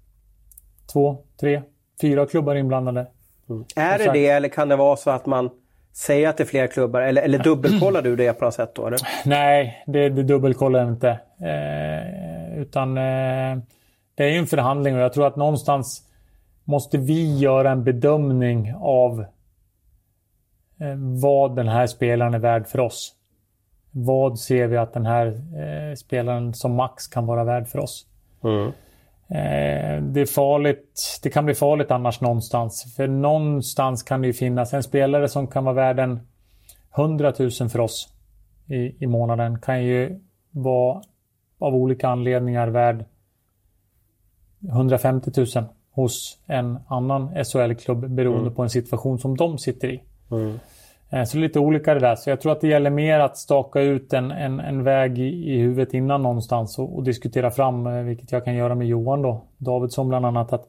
två, tre, fyra klubbar inblandade. Mm. Är det sagt, det eller kan det vara så att man säger att det är fler klubbar? Eller, eller dubbelkollar du det på något sätt då? Eller? Nej, det, det dubbelkollar jag inte. Eh, utan eh, det är ju en förhandling och jag tror att någonstans måste vi göra en bedömning av eh, vad den här spelaren är värd för oss. Vad ser vi att den här eh, spelaren som max kan vara värd för oss? Mm. Eh, det är farligt. Det kan bli farligt annars någonstans. För någonstans kan det ju finnas en spelare som kan vara värd en hundratusen för oss i, i månaden. Kan ju vara av olika anledningar värd hundrafemtiotusen hos en annan S H L-klubb beroende mm. på en situation som de sitter i. Mm. Så lite olika det där. Så jag tror att det gäller mer att staka ut en, en, en väg i, i huvudet innan någonstans och, och diskutera fram, vilket jag kan göra med Johan då, Davidsson bland annat, att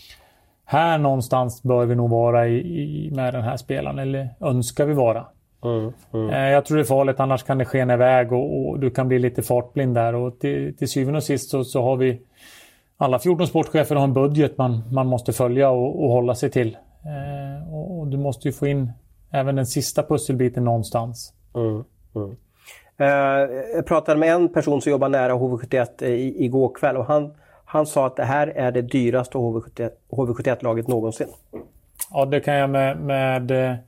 här någonstans bör vi nog vara i, i, med den här spelaren, eller önskar vi vara. Mm, mm. Jag tror det är farligt, annars kan det skena iväg och, och du kan bli lite fartblind där. Och till, till syvende och sist så, så har vi alla fjorton sportchefer har en budget man, man måste följa och, och hålla sig till. Eh, och, och du måste ju få in även den sista pusselbiten någonstans. Mm, mm. Eh, jag pratade med en person som jobbar nära H V sjuttioett i, igår kväll och han, han sa att det här är det dyraste H V sjuttioett-laget någonsin. Ja, det kan jag med, med,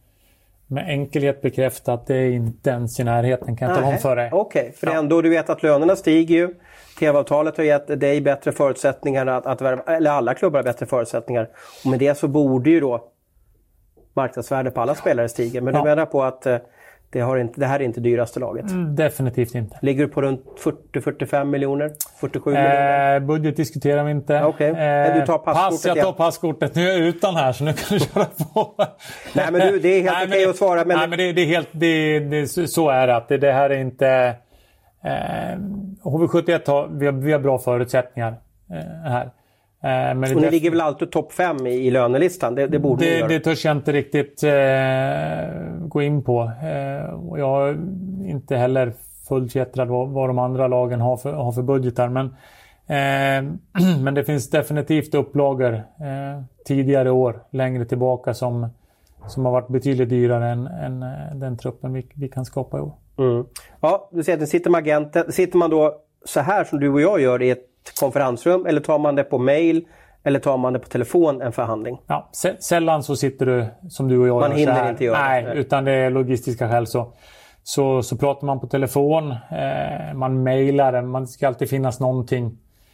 med enkelhet bekräfta att det är inte ens i närheten, kan jag tala om för dig. Okej, okay, för ja. ändå du vet att lönerna stiger ju. T V-avtalet har gett dig bättre förutsättningar att, att eller alla klubbar har bättre förutsättningar. Och med det så borde ju då marknadsvärde på alla spelare stiger. Men ja. du menar på att det, har inte, det här är inte dyraste laget? Mm, definitivt inte. Ligger du på runt fyrtio till fyrtiofem miljoner? fyrtiosju eh, miljoner? Budget diskuterar vi inte. Okej, okay. eh, du tar passkortet. Pass, jag tar passkortet. Nu är jag utan här så nu kan du köra på. Nej men du, det är helt okej att svara. Men nej men det, det är helt, det, det, så är det. Att det, det här är inte... Eh, H V sjuttioett har, vi har, vi har bra förutsättningar eh, här. Eh, men och ni ligger väl alltid topp fem i, i lönelistan? Det, det borde det, göra. Det törs jag inte riktigt eh, gå in på. Eh, och jag är inte heller fullt fjättrad vad, vad de andra lagen har för, har för budgetar. Men, eh, men det finns definitivt upplagor eh, tidigare år, längre tillbaka, som, som har varit betydligt dyrare än, än den truppen vi, vi kan skapa i år. Mm. Ja, du ser att sitter med agenten. Sitter man då så här som du och jag gör i ett konferensrum, eller tar man det på mail, eller tar man det på telefon, en förhandling? Ja, sällan så sitter du som du och jag man gör hinner så här. Inte göra Nej, det. utan det är logistiska skäl så. Så, så pratar man på telefon, eh, man mailar, man ska alltid finnas någonting.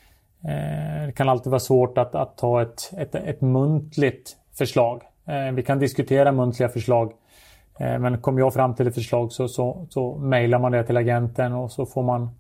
Eh, det kan alltid vara svårt att, att ta ett, ett, ett muntligt förslag. Eh, vi kan diskutera muntliga förslag. Men kommer jag fram till ett förslag så, så, så mejlar man det till agenten och så får man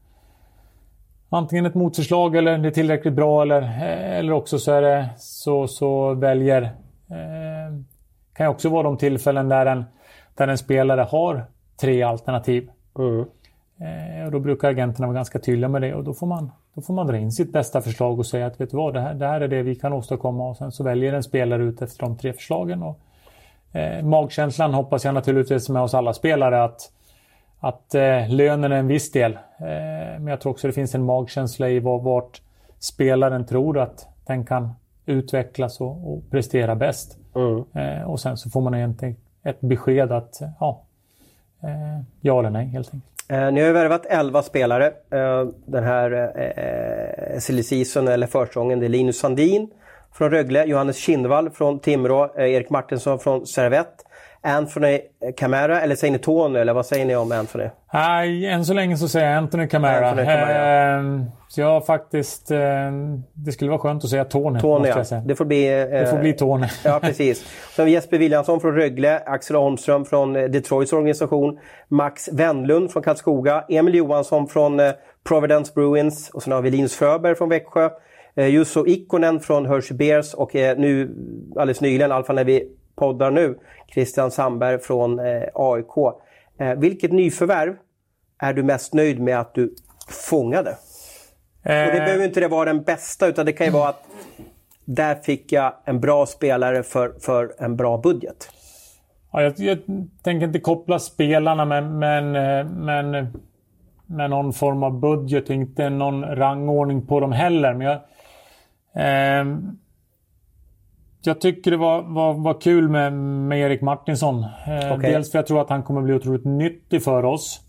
antingen ett motförslag eller det är tillräckligt bra, eller, eller också så, är det, så, så väljer eh, kan ju också vara de tillfällen där en, där en spelare har tre alternativ. Mm. Eh, och då brukar agenterna vara ganska tydliga med det och då får man, då får man dra in sitt bästa förslag och säga att vet du vad, det här, det här är det vi kan åstadkomma, och sen så väljer en spelare ut efter de tre förslagen. Och Eh, magkänslan hoppas jag naturligtvis med oss alla spelare att, att eh, lönen är en viss del. Eh, men jag tror också det finns en magkänsla i vad, vart spelaren tror att den kan utvecklas och, och prestera bäst. Mm. Eh, och sen så får man egentligen ett besked att ja, eh, ja eller nej helt enkelt. Eh, ni har ju värvat elva spelare. Eh, den här eh, silly season eller försäsongen, det är Linus Sandin från Rögle, Johannes Kindvall från Timrå, eh, Erik Martinsson från Servett, Anthony Camara, eller säger ni Tony, eller vad säger ni om Anthony? Nej, än så länge så säger jag Anthony Camara. Anthony Camara. Eh, så jag faktiskt, eh, det skulle vara skönt att säga Tony. Tony, ja. Det får bli, eh, det får bli Tony. Ja, precis. Så Jesper Williamson från Rögle, Axel Holmström från Detroits organisation, Max Wendlund från Karlskoga, Emil Johansson från eh, Providence Bruins, och sen har vi Linus Fröberg från Växjö, eh, Jusso Ikkonen från Hershey Bears, och eh, nu alldeles nyligen, i alla fall när vi poddar nu, Christian Sandberg från eh, A I K. Eh, vilket nyförvärv är du mest nöjd med att du fångade? Eh. Och det behöver inte det vara den bästa, utan det kan ju vara att där fick jag en bra spelare för, för en bra budget. Ja, jag, jag tänker inte koppla spelarna med, men, men, med någon form av budget, inte någon rangordning på dem heller. Men jag... Eh, Jag tycker det var, var, var kul med, med Erik Martinsson. Eh, okay. Dels för jag tror att han kommer bli otroligt nyttig för oss.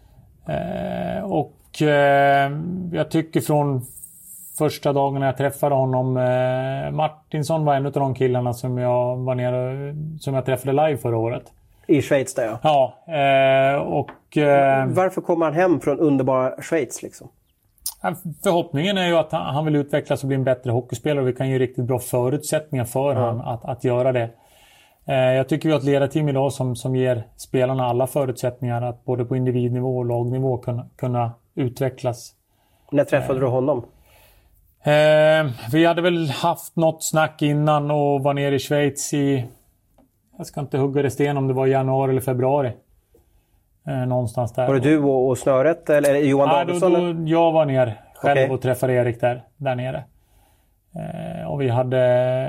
Eh, och eh, jag tycker från första dagen när jag träffade honom, eh, Martinsson var en av de killarna som jag var nere, som jag träffade live förra året. I Schweiz där, ja. Ja. Eh, och, eh, Varför kommer han hem från underbara Schweiz liksom? Förhoppningen är ju att han vill utvecklas och bli en bättre hockeyspelare, och vi kan ju riktigt bra förutsättningar för mm. han att, att göra det. Eh, jag tycker vi har ett ledarteam idag som, som ger spelarna alla förutsättningar att både på individnivå och lagnivå kunna, kunna utvecklas. När träffade eh, du honom? Eh, vi hade väl haft något snack innan och var nere i Schweiz i, jag ska inte hugga det sten om det var i januari eller februari. Eh, någonstans där. Var det du och, och Snöret eller Johan Nej, Davidsson? då, då, jag var ner själv Okay. och träffade Erik där, där nere. Eh, och vi hade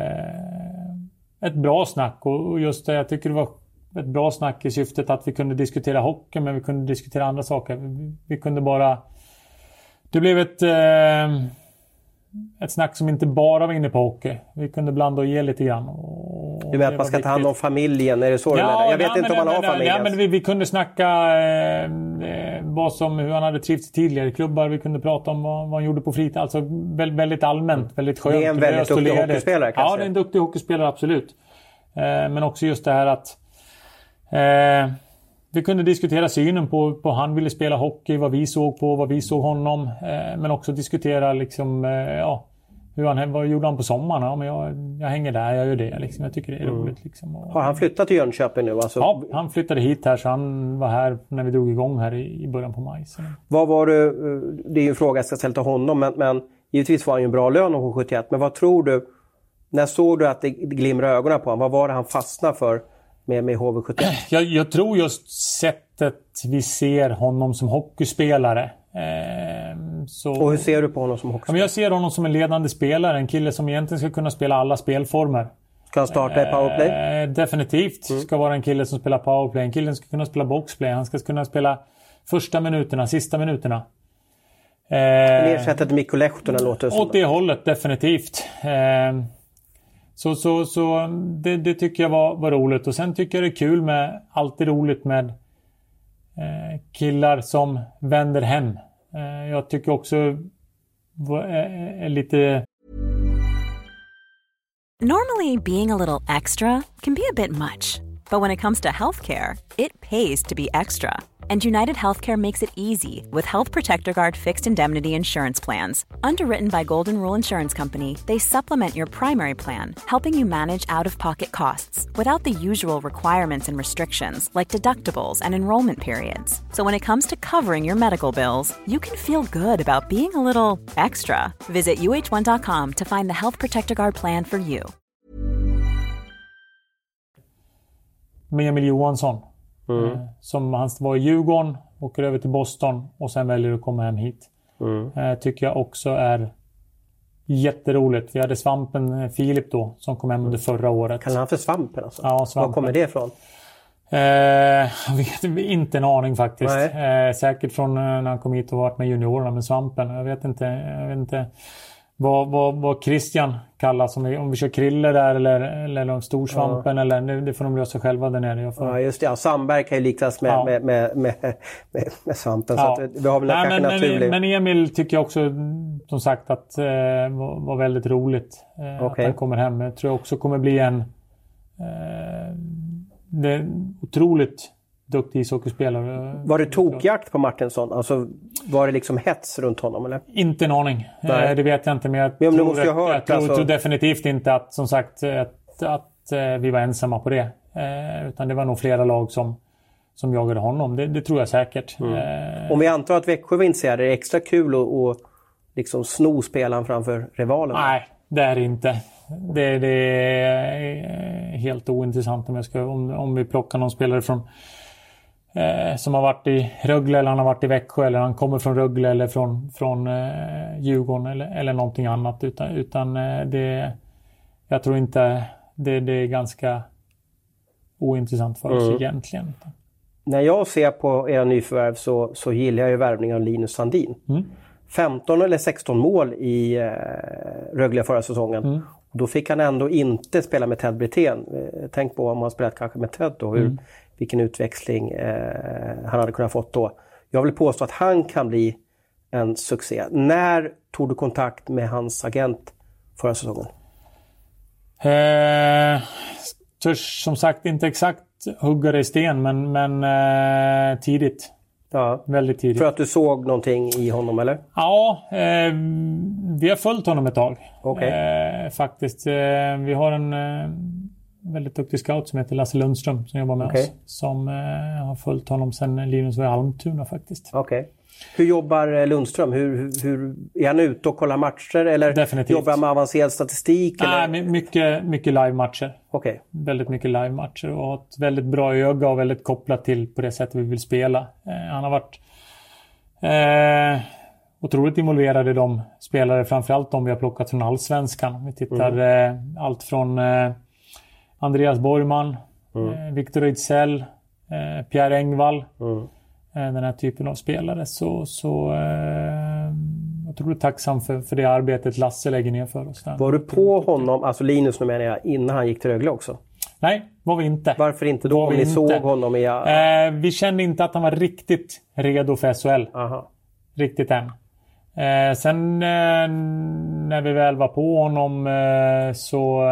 ett bra snack och just det, jag tycker det var ett bra snack i syftet att vi kunde diskutera hockey, men vi kunde diskutera andra saker. Vi, vi kunde bara... Det blev ett... Eh, ett snack som inte bara var inne på hockey. Vi kunde blanda och ge lite grann. Och du menar att man ska ta hand om familjen? Är det så? Ja, jag vet ja, inte men, om man har men, familj. Ja, men vi, vi kunde snacka eh, vad som, hur han hade trivts i tidigare klubbar. Vi kunde prata om vad, vad han gjorde på fritid. Alltså väldigt, väldigt allmänt, väldigt skönt. Det är en väldigt duktig hockeyspelare kanske? Ja, det är en duktig hockeyspelare, absolut. Eh, men också just det här att eh, vi kunde diskutera synen på, på han ville spela hockey, vad vi såg på, vad vi såg honom. Eh, men också diskutera liksom, eh, ja, hur han, vad gjorde han på sommaren? Ja, men jag, jag hänger där, jag gör det. Liksom. Jag tycker det är mm. roligt. Liksom. Och, har han flyttat till Jönköping nu? Alltså... Ja, han flyttade hit här, så han var här när vi drog igång här i, i början på maj. Så. Vad var det, det är ju en fråga jag ska ställa till honom, men, men givetvis var han ju en bra lön hos sjuttioett. Men vad tror du, när såg du att det glimrade ögonen på honom? Vad var det han fastnade för med, med H V sjuttioett? Jag, jag tror just sättet vi ser honom som hockeyspelare. Eh, så... Och hur ser du på honom som hockeyspelare? Jag ser honom som en ledande spelare. En kille som egentligen ska kunna spela alla spelformer. Ska han starta i powerplay? Eh, definitivt mm. ska vara en kille som spelar powerplay. En kille som ska kunna spela boxplay. Han ska kunna spela första minuterna, sista minuterna. Eh, ersättet Mikko Lehtonen låter som. Åt det hållet, definitivt. Eh, så så, så det, det tycker jag var, var roligt. Och sen tycker jag det är kul med, alltid roligt med eh, killar som vänder hem. Eh, jag tycker också är, är lite... Normally, being a little extra can be a bit much. But when it comes to healthcare, it pays to be extra. And United Healthcare makes it easy with Health Protector Guard fixed indemnity insurance plans. Underwritten by Golden Rule Insurance Company, they supplement your primary plan, helping you manage out-of-pocket costs without the usual requirements and restrictions like deductibles and enrollment periods. So when it comes to covering your medical bills, you can feel good about being a little extra. Visit U H one dot com to find the Health Protector Guard plan for you. Med Emil Johansson. Mm. Som han var i Djurgården, åker över till Boston och sen väljer att komma hem hit. Mm. Tycker jag också är jätteroligt. Vi hade Svampen Filip då som kom hem under förra året. Kallar han för Svampen alltså? Ja, Svampen. Var kommer det ifrån? Eh, vet, inte en aning faktiskt. Eh, säkert från när han kom hit och varit med juniorerna med Svampen. Jag vet inte, jag vet inte vad, vad, vad Christian kallas. Om vi, om vi kör Krille där eller, eller de Storsvampen. Ja. Eller, det, det får de lösa själva där nere. Jag får... Ja, just det. Ja, Sandberg kan ju liknas med, ja. med, med, med, med, med Svampen. Ja. Så att vi har väl Nej, kanske men, naturlig... men Emil tycker jag också, som sagt, att eh, var, var väldigt roligt. Eh, okay. Att han kommer hem. Jag tror också kommer bli en eh, det är otroligt duktig ishockeyspelare. Var det tokjakt på Martinsson? Alltså, var det liksom hets runt honom? Eller? Inte en aning. Eh, det vet jag inte. Men jag, men tror, måste jag, hört, jag tror, alltså... tror definitivt inte att, som sagt, att, att eh, vi var ensamma på det. Eh, utan det var nog flera lag som, som jagade honom. Det, det tror jag säkert. Mm. Eh... Om vi antar att Växjö var intresserade, är det extra kul att, att liksom sno spelaren framför rivalerna? Nej, det är det inte. Det, det är helt ointressant om, jag ska, om, om vi plockar någon spelare från eh, som har varit i Rögle eller han har varit i Växjö eller han kommer från Rögle eller från, från eh, Djurgården eller, eller någonting annat. Utan, utan eh, det, jag tror inte det, det är ganska ointressant för oss mm. egentligen. När jag ser på era nyförvärv så, så gillar jag ju värvningen av Linus Sandin. Mm. femton eller sexton mål i eh, Rögle förra säsongen. Mm. Och då fick han ändå inte spela med Ted Brithén. Eh, tänk på om han spelat kanske med Ted då. Hur, mm. Vilken utväxling eh, han hade kunnat fått då. Jag vill påstå att han kan bli en succé. När tog du kontakt med hans agent förra säsongen? Eh, törs, som sagt inte exakt hugga det i sten men, men eh, tidigt. Ja. Väldigt tidigt. För att du såg någonting i honom eller? Ja, eh, vi har följt honom ett tag. Okay. Eh, faktiskt. Eh, vi har en, eh, väldigt duktig scout som heter Lasse Lundström som jobbar med okay. oss. Som eh, har följt honom sedan Linus var i Almtuna faktiskt. Okej. Okay. Hur jobbar Lundström? Hur, hur, hur, är han ute och kollar matcher? Eller Definitivt. Jobbar han med avancerad statistik? Eller? Nej, mycket, mycket live-matcher. Okay. Väldigt mycket live-matcher och har ett väldigt bra öga och väldigt kopplat till på det sättet vi vill spela. Eh, han har varit eh, otroligt involverad i de spelare, framförallt de vi har plockat från Allsvenskan. Vi tittar mm. eh, allt från eh, Andreas Borgman, mm. eh, Victor Ejdsell, eh, Pierre Engvall. Mm. Den här typen av spelare. Så, så eh, jag tror jag är tacksam för, för det arbetet Lasse lägger ner för oss. Där. Var du på honom, alltså Linus nu menar jag, innan han gick till Rögle också? Nej, var vi inte. Varför inte då? Om ni inte. såg honom i... Eh, vi kände inte att han var riktigt redo för S H L. Aha. Riktigt än. Eh, sen eh, när vi väl var på honom eh, så...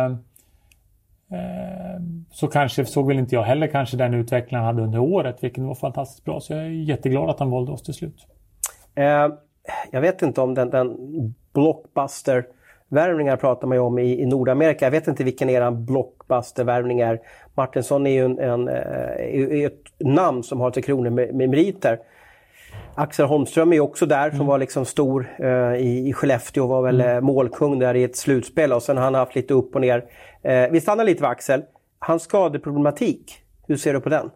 så kanske såg väl inte jag heller kanske den utvecklingen han hade under året, vilket var fantastiskt bra, så jag är jätteglad att han valde oss till slut. Eh, jag vet inte om den, den blockbuster-värvningar pratar man ju om i, i Nordamerika. Jag vet inte vilken eran blockbuster-värvning är. Martinsson är ju en, en, är ett namn som har tre kronor med, med meriter. Axel Holmström är också där som mm. var liksom stor uh, i, i Skellefteå och var väl mm. målkung där i ett slutspel och sen har han haft lite upp och ner. Uh, vi stannar lite vid Axel. Hans skadeproblematik, hur ser du på den?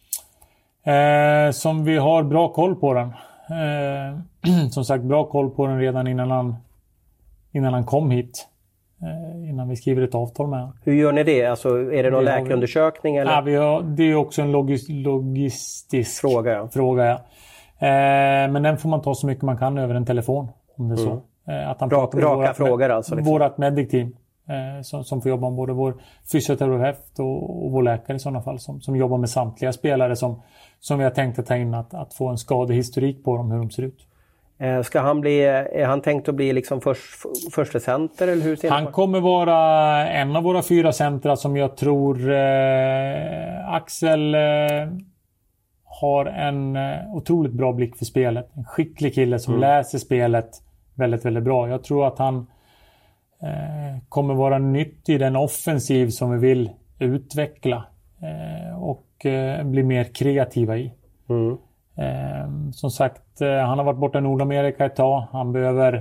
Eh, som vi har bra koll på den. Eh, som sagt, bra koll på den redan innan han, innan han kom hit. Eh, innan vi skriver ett avtal med honom. Hur gör ni det? Alltså, är det någon läkarundersökning? Eller? Ja, vi har, det är också en logis, logistisk fråga. Ja. fråga ja. Eh, men den får man ta så mycket man kan över en telefon. Om det är mm. så. Eh, att han Rak, raka vårat, frågor alltså. Liksom. Vårat medic-team. Eh, som, som får jobba med både vår fysioterapeut och, och vår läkare i sådana fall. Som, som jobbar med samtliga spelare som, som vi har tänkt att ta in. Att, att få en skadehistorik på dem, hur de ser ut. Eh, ska han bli, är han tänkt att bli liksom först, första center? Eller hur ser han kommer vara en av våra fyra centra som jag tror eh, Axel... Eh, har en eh, otroligt bra blick för spelet. En skicklig kille som mm. läser spelet väldigt, väldigt bra. Jag tror att han eh, kommer vara nyttig i den offensiv som vi vill utveckla eh, och eh, bli mer kreativa i. Mm. Eh, som sagt, eh, han har varit borta i Nordamerika ett tag. Han behöver...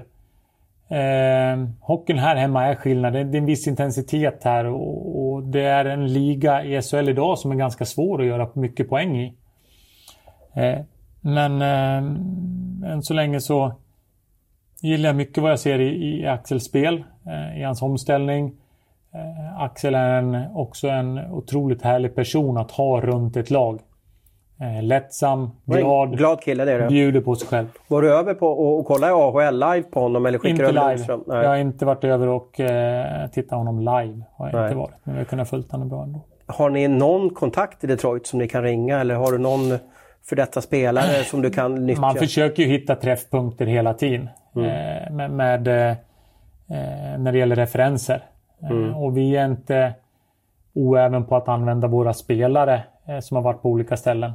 Eh, hockeyn här hemma är skillnad. Det är en viss intensitet här och, och det är en liga i S H L idag som är ganska svår att göra mycket poäng i. Eh, men eh, än så länge så gillar jag mycket vad jag ser i, i Axels spel, eh, i hans omställning. Eh, Axel är en, också en otroligt härlig person att ha runt ett lag. Eh, lättsam, glad, glad kille, det är det. Bjuder på sig själv. Var du över på och, och kolla A H L live på honom eller skickar inte du live. Jag har inte varit över och eh, tittat honom live. Har jag inte varit. Men jag har kunnat följt honom bra ändå. Har ni någon kontakt i Detroit som ni kan ringa eller har du någon för detta spelare som du kan nyttja? Man försöker ju hitta träffpunkter hela tiden mm. eh, med, med eh, när det gäller referenser. Mm. Eh, och vi är inte oäven på att använda våra spelare eh, som har varit på olika ställen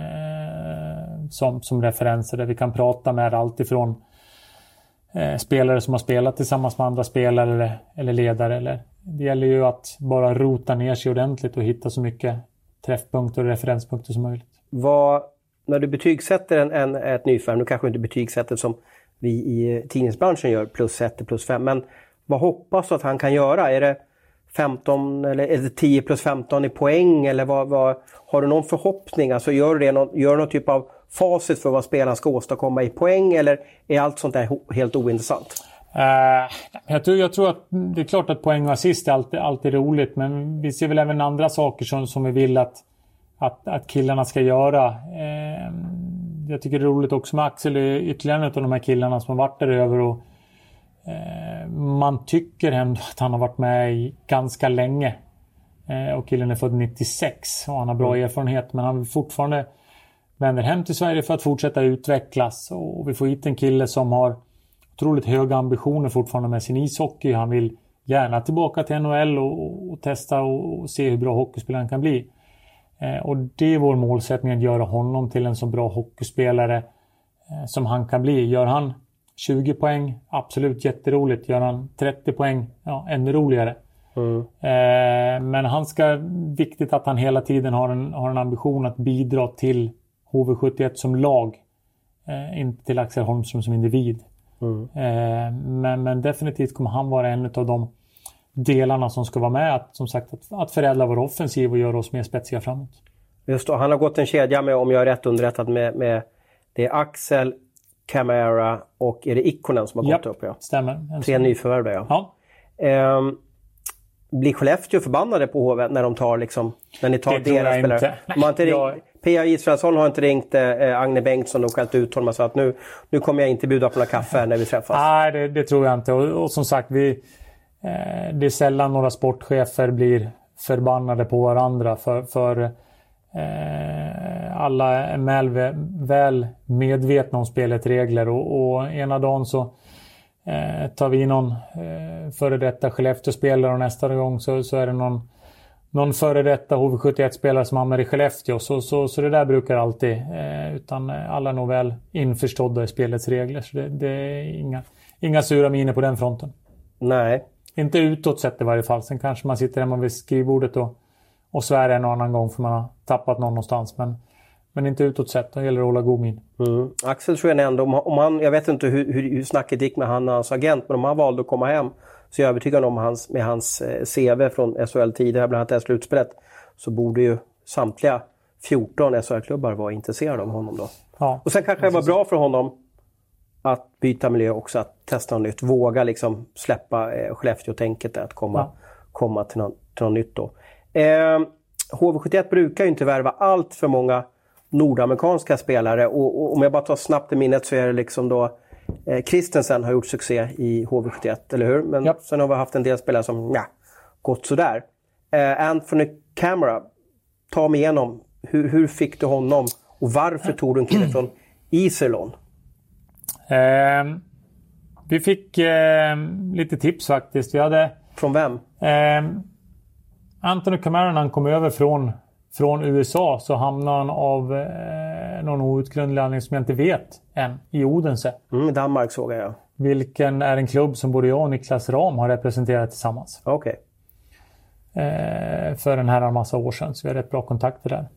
eh, som, som referenser där vi kan prata med allt ifrån eh, spelare som har spelat tillsammans med andra spelare eller, eller ledare. Eller, det gäller ju att bara rota ner sig ordentligt och hitta så mycket träffpunkter och referenspunkter som möjligt. Vad, när du betygsätter en, en, ett nyförvärv, nu kanske inte betygsätter som vi i tidningsbranschen gör, plus ett plus fem, men vad hoppas du att han kan göra? Är det femton eller är det tio plus femton i poäng eller vad, vad, har du någon förhoppning? Alltså gör du det någon, gör någon typ av facit för vad spelaren ska åstadkomma i poäng eller är allt sånt där ho- helt ointressant? Uh, jag, tror, jag tror att det är klart att poäng och assist är alltid, alltid roligt, men vi ser väl även andra saker som, som vi vill att Att, att killarna ska göra. Eh, jag tycker det är roligt också med Axel, ytterligare av de här killarna som har varit där över. Och, eh, man tycker ändå att han har varit med i ganska länge. Eh, och killen är född nittiosex och han har bra mm. erfarenhet. Men han fortfarande vänder hem till Sverige för att fortsätta utvecklas. Och vi får hit en kille som har otroligt höga ambitioner fortfarande med sin ishockey. Han vill gärna tillbaka till N H L och, och testa och, och se hur bra hockeyspelaren kan bli. Eh, och det är vår målsättning att göra honom till en så bra hockeyspelare eh, som han kan bli. Gör han tjugo poäng, absolut jätteroligt. Gör han trettio poäng, ja, ännu roligare. Mm. Eh, men han ska, viktigt att han hela tiden har en, har en ambition att bidra till H V sjuttioett som lag. Eh, inte till Axel Holmström som individ. Mm. Eh, men, men definitivt kommer han vara en av de delarna som ska vara med. Att, som sagt, att, att förädla vår offensiv och göra oss mer spetsiga framåt. Just då, han har gått en kedja med, om jag är rätt underrättad, med, med det är Axel, Camara och är det Ikonen som har Japp, gått upp? Ja, stämmer. Tre nyförvärv där, ja. ja. Eh, blir Skellefteå förbannade på H V när de tar liksom, när ni tar det deras spelare? Inte. De har inte ringt, jag... P A Israelsson har inte ringt eh, Agne Bengtsson och skällt ut honom och sa att nu, nu kommer jag inte bjuda på några kaffe när vi träffas. Nej, det, det tror jag inte. Och, och som sagt, vi, eh, det är sällan några sportchefer blir förbannade på varandra för, för eh, alla är väl, väl medvetna om spelets regler och, och ena dagen så eh, tar vi någon eh, före detta Skellefteå-spelare och nästa gång så, så är det någon Någon före detta H V sjuttioett-spelare som hamnar i Skellefteå. Så, så, så det där brukar alltid. Eh, utan alla är nog väl införstådda i spelets regler. Så det, det är inga, inga sura miner på den fronten. Nej. Inte utåt sett i varje fall. Sen kanske man sitter hemma vid skrivbordet och, och svär en och annan gång för man har tappat någon någonstans. Men, men inte utåt sett. Då gäller det att hålla god min. Mm. Axel tror jag ändå, om, om han, jag vet inte hur, hur, hur snacket gick med han och hans agent. Men om han valde att komma hem. Så jag är övertygad om hans, med hans C V från S H L tidigare, bland annat det här slutspelet, så borde ju samtliga fjorton S H L-klubbar vara intresserade av honom då. Ja, och sen kanske det var bra för honom att byta miljö också, att testa något nytt. Våga liksom släppa eh, Skellefteå-tänket att komma, ja. komma till, någon, till något nytt då. Eh, H V sjuttioett brukar ju inte värva allt för många nordamerikanska spelare. Och, och om jag bara tar snabbt i minnet så är det liksom då Eh, Christensen har gjort succé i H V sjuttioett, eller hur? Men yep. Sen har vi haft en del spelare som ja, gått sådär. Eh, Anthony Camara, ta mig igenom. Hur, hur fick du honom? Och varför tog du en kille från Iserlohn? Eh, vi fick eh, lite tips faktiskt. Vi hade, från vem? Eh, Anthony Camara, när han kom över från, från U S A så hamnade han av eh, någon outgrundlig anledning som jag inte vet än i Odense. Mm, Danmark såg jag. Vilken är en klubb som både jag och Niklas Ram har representerat tillsammans. Okej. Okay. Eh, för en här massa år sedan, så vi har rätt bra kontakter där.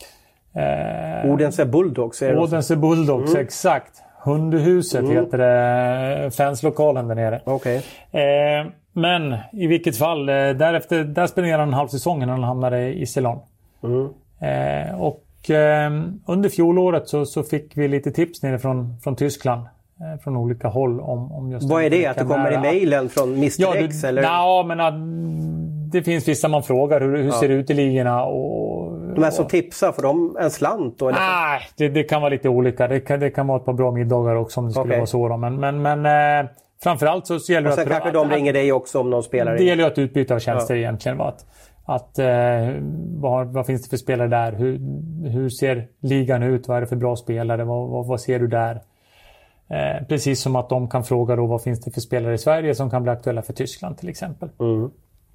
Eh, Odense Bulldogs. Är Odense Bulldogs, mm. exakt. Hundehuset mm. heter det, fanslokalen där nere. Okej. Okay. Eh, men i vilket fall, därefter, där spenderade han en halv säsong när han hamnade i Iserlohn. Mm. Eh, och eh, under fjolåret så, så fick vi lite tips nere från, från Tyskland. Eh, från olika håll om, om just... Vad är det? Att det kommer i mejlen från mister ja, X? Eller? Ja, men att, det finns vissa man frågar. Hur, hur ja. ser det ut i ligorna? Och, de är som och, tipsar, för de en slant? Då, eller? Nej, det, det kan vara lite olika. Det kan, det kan vara ett par bra middagar också om det skulle okay. vara så. Då. Men, men, men eh, framförallt så, så gäller och det att... Och sen kanske att, de ringer dig också om någon spelar. Det gäller ju att utbyta av tjänster ja. egentligen. Att, att, eh, vad, vad finns det för spelare där? Hur, hur ser ligan ut? Vad är det för bra spelare? Vad, vad, vad ser du där? Eh, precis som att de kan fråga då vad finns det för spelare i Sverige som kan bli aktuella för Tyskland till exempel. Mm.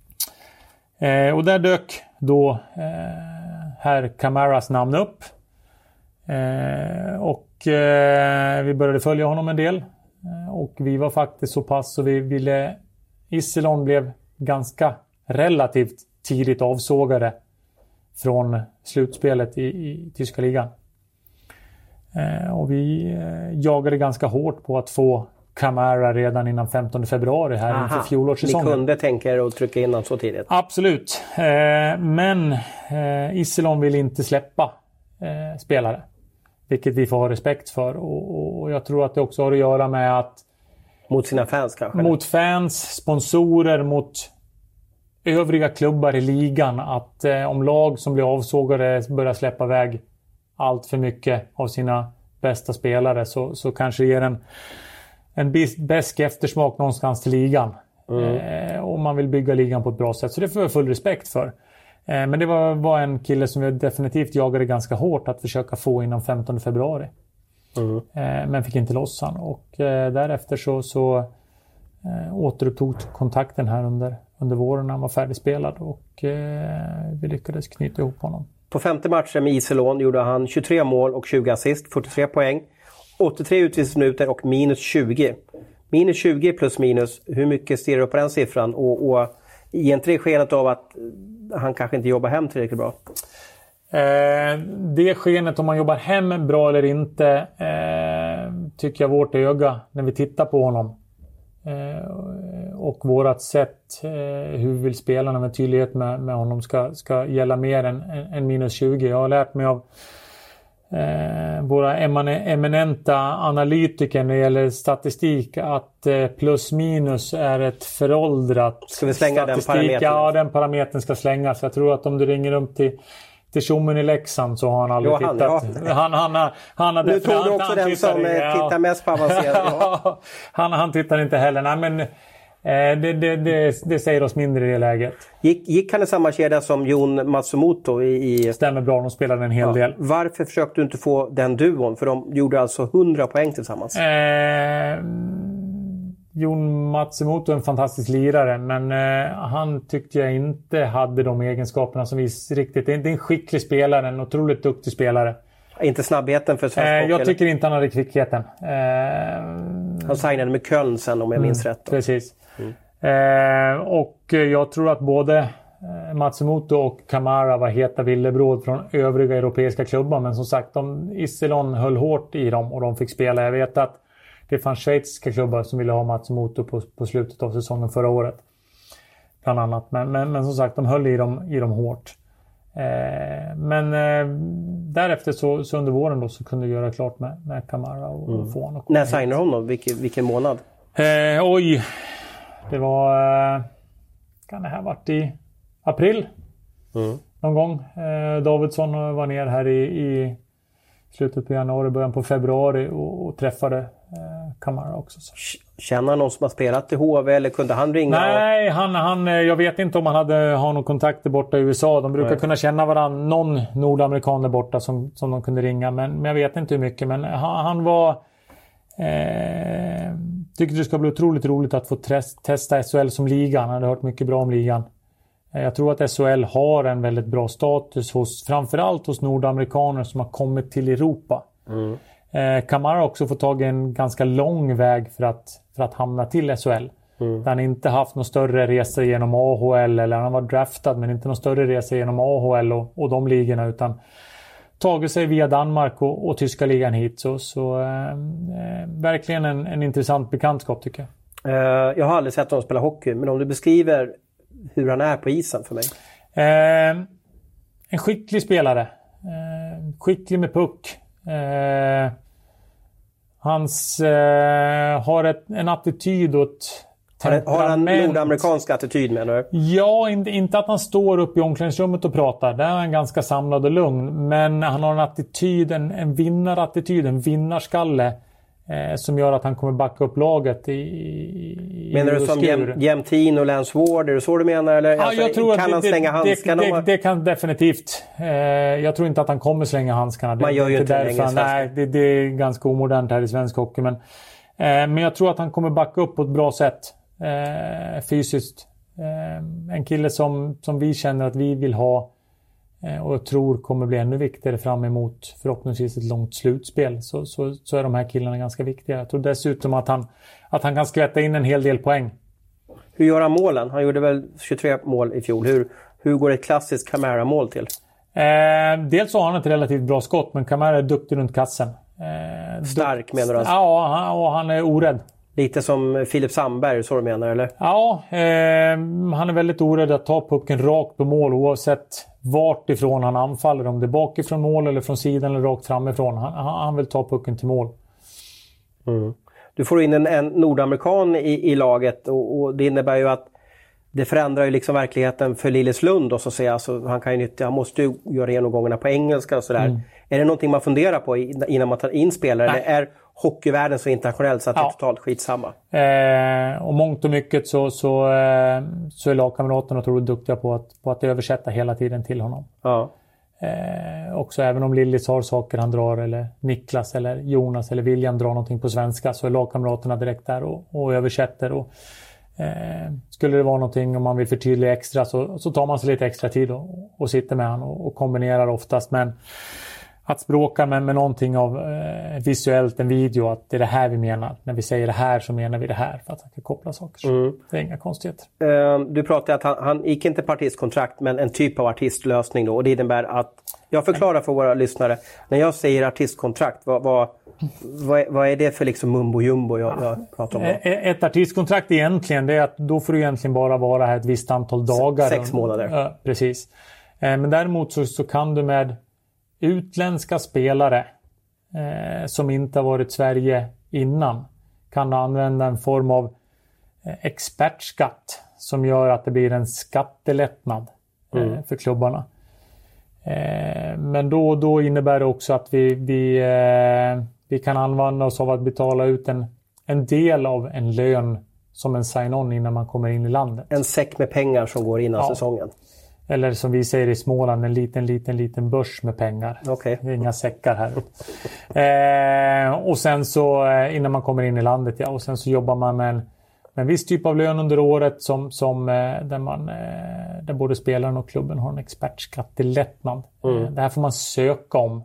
Eh, och där dök då eh, herr Camaras namn upp. Eh, och eh, vi började följa honom en del. Eh, och vi var faktiskt så pass så vi ville... Iserlohn blev ganska relativt tidigt avsågade från slutspelet i, i tyska ligan. Eh, och vi eh, jagade ganska hårt på att få Camara redan innan femtonde februari här Aha, inför fjolårssäsongen. Ni kunde tänka er att trycka in honom så tidigt? Absolut. Eh, men eh, Iserlohn vill inte släppa eh, spelare. Vilket vi får ha respekt för. Och, och, och jag tror att det också har att göra med att... Mot sina fans kanske? Mot fans, sponsorer, mot övriga klubbar i ligan. Att eh, om lag som blir avsågade börjar släppa iväg allt för mycket av sina bästa spelare så, så kanske ger en, en bäsk eftersmak någonstans till ligan. Mm. Eh, och man vill bygga ligan på ett bra sätt. Så det får jag full respekt för. Eh, men det var, var en kille som vi definitivt jagade ganska hårt att försöka få innan femtonde februari. Mm. Eh, men fick inte loss han. Och eh, därefter så, så eh, återupptog kontakten här under, under våren när han var färdigspelad. Och eh, vi lyckades knyta ihop honom. På femte matchen med Iserlohn gjorde han tjugotre mål och tjugo assist, fyrtiotre poäng, åttiotre utvisningsminuter och minus tjugo. Minus tjugo plus minus, hur mycket stirrar du på den siffran? Och, och Ger inte det skenet av att han kanske inte jobbar hem tillräckligt bra? Eh, det skenet om man jobbar hem bra eller inte eh, tycker jag vårt öga när vi tittar på honom. Eh, och vårat sätt eh, hur vi vill spela med tydlighet med, med honom ska, ska gälla mer än, än minus tjugo. Jag har lärt mig av eh, våra eminenta analytiker när det gäller statistik att eh, plus minus är ett föråldrat ska vi slänga statistik. Den parametern? Ja, den parametern ska slängas. Jag tror att om du ringer upp till till Tjommen i Leksand så har han aldrig jo, han, tittat. Ja. Han, han, han, han hade nu tog du också han, den han som tittar, tittar mest på avancerad. Ja. han, han tittar inte heller. Nej, men eh, det, det, det, det säger oss mindre i det läget. Gick, gick han i samma kedja som Jon Matsumoto? I, i... Stämmer bra, de spelade en hel ja. del. Varför försökte du inte få den duon? För de gjorde alltså hundra poäng tillsammans. Eh, Jon Matsumoto är en fantastisk lirare, men eh, han tyckte jag inte hade de egenskaperna som vi riktigt... Det är en skicklig spelare, en otroligt duktig spelare. Inte snabbheten för svensk eh, hockey, Jag tycker eller? inte han hade kvickheten. Eh, han signade med Köln sen om jag minns mm, rätt. Då. Precis. Mm. Eh, och jag tror att både Matsumoto och Kamara var heta villebråd från övriga europeiska klubbar. Men som sagt, de, Iselon höll hårt i dem och de fick spela. Jag vet att det fanns schweiziska klubbar som ville ha Matsumoto på, på slutet av säsongen förra året. Bland annat. Men, men, men som sagt, de höll i dem, i dem hårt. Eh, men eh, därefter så, så under våren då så kunde vi göra klart med, med Kamara och, mm. och få honom. När signade hon då? Vilken, vilken månad? Eh, oj, det var... Eh, kan det här varit i april? Mm. Någon gång. Eh, Davidsson var ner här i, i slutet på januari, början på februari och, och träffade eh, Kamara också. Så. Känner han någon som har spelat i H V eller kunde han ringa? Nej, han, han, jag vet inte om han hade har någon kontakter borta i U S A. De brukar Nej. kunna känna varandra, någon nordamerikan där borta som, som de kunde ringa. Men, men jag vet inte hur mycket. Men han, han var... Eh, tycker det ska bli otroligt roligt att få test, testa S H L som ligan. Han hade hört mycket bra om ligan. Eh, jag tror att S H L har en väldigt bra status hos, framförallt hos nordamerikaner som har kommit till Europa. Mm. Eh, Kamara har också fått tag i en ganska lång väg för att, för att hamna till S H L. Mm. Där han inte haft någon större resa genom A H L, eller han var draftad men inte någon större resa genom A H L och, och de ligorna, utan tagit sig via Danmark och, och tyska ligan hit. Så, så eh, verkligen en, en intressant bekantskap tycker jag. Uh, jag har aldrig sett honom spela hockey, men om du beskriver hur han är på isen för mig. Eh, en skicklig spelare. Eh, skicklig med puck. Eh, hans eh, har ett, en attityd och ett temperament. Har han en nordamerikansk attityd menar du? Ja, inte, inte att han står upp i omklädningsrummet och pratar. Där är han ganska samlad och lugn. Men han har en attityd, en, en vinnarattityd, en vinnarskalle. Eh, som gör att han kommer backa upp laget i, i menar du som Jem, Jämtin och Lance Ward? Är det så du menar? Eller? Ja, alltså, jag tror kan att han det, slänga handskarna? Det, det, det kan definitivt. Eh, jag tror inte att han kommer slänga handskarna. Man gör ju inte det längre. Nej, det, det är ganska omodernt här i svensk hockey. Men, eh, men jag tror att han kommer backa upp på ett bra sätt. Eh, fysiskt. Eh, en kille som, som vi känner att vi vill ha. Och jag tror kommer bli ännu viktigare fram emot förhoppningsvis ett långt slutspel. Så, så, så är de här killarna ganska viktiga. Jag tror dessutom att han, att han kan skvätta in en hel del poäng. Hur gör han målen? Han gjorde väl tjugotre mål i fjol. Hur, hur går ett klassiskt Kamara-mål till? Eh, dels har han ett relativt bra skott, men Kamara är duktig runt kassen. Eh, Stark dukt, menar du? Alltså? Ja, han, och han är orädd. Lite som Filip Sandberg, så du menar, eller? Ja, eh, han är väldigt orädd att ta pucken rakt på mål oavsett vart ifrån han anfaller. Om det är bakifrån mål eller från sidan eller rakt framifrån. Han, han vill ta pucken till mål. Mm. Du får in en, en nordamerikan i, i laget och, och det innebär ju att det förändrar ju liksom verkligheten för Lilleslund och så att säga. Alltså, han, kan ju nyttja, han måste ju göra genomgångarna på engelska och sådär. Mm. Är det någonting man funderar på innan man tar in spelare? Nej. Eller är hockeyvärlden så internationell så att ja. det är totalt skitsamma? Eh, och mångt och mycket så, så, eh, så är lagkamraterna otroligt duktiga på att, på att översätta hela tiden till honom. Ja. Eh, också även om Lillis har saker han drar, eller Niklas eller Jonas eller William drar någonting på svenska, så är lagkamraterna direkt där och, och översätter. Och, eh, skulle det vara någonting om man vill förtydliga extra så, så tar man sig lite extra tid och, och sitter med han och, och kombinerar oftast. Men att språka med, med någonting av eh, visuellt, en video, att det är det här vi menar. När vi säger det här så menar vi det här, för att han kan koppla saker. Mm. Det är inga konstigheter. Uh, du pratade att han, han gick inte på artistkontrakt, men en typ av artistlösning då. Och det innebär att, jag förklarar för våra lyssnare, när jag säger artistkontrakt, vad, vad, vad, vad är det för liksom mumbo jumbo jag, jag pratar om? Då? Ett artistkontrakt egentligen, det är att då får du egentligen bara vara här ett visst antal dagar. Sex månader. Ja, precis. Men däremot så, så kan du med utländska spelare eh, som inte har varit i Sverige innan, kan använda en form av eh, expertskatt som gör att det blir en skattelättnad eh, mm. för klubbarna. Eh, men då, då innebär det också att vi, vi, eh, vi kan använda oss av att betala ut en, en del av en lön som en sign-on innan man kommer in i landet. En säck med pengar som går innan ja. säsongen. Eller som vi säger i Småland, en liten, liten, liten börs med pengar. Okay. Det är inga säckar här. eh, och sen så, innan man kommer in i landet, ja. Och sen så jobbar man med en, med en viss typ av lön under året som, som, där, man, där både spelaren och klubben har en expertskattelättnad. Mm. Eh, det här får man söka om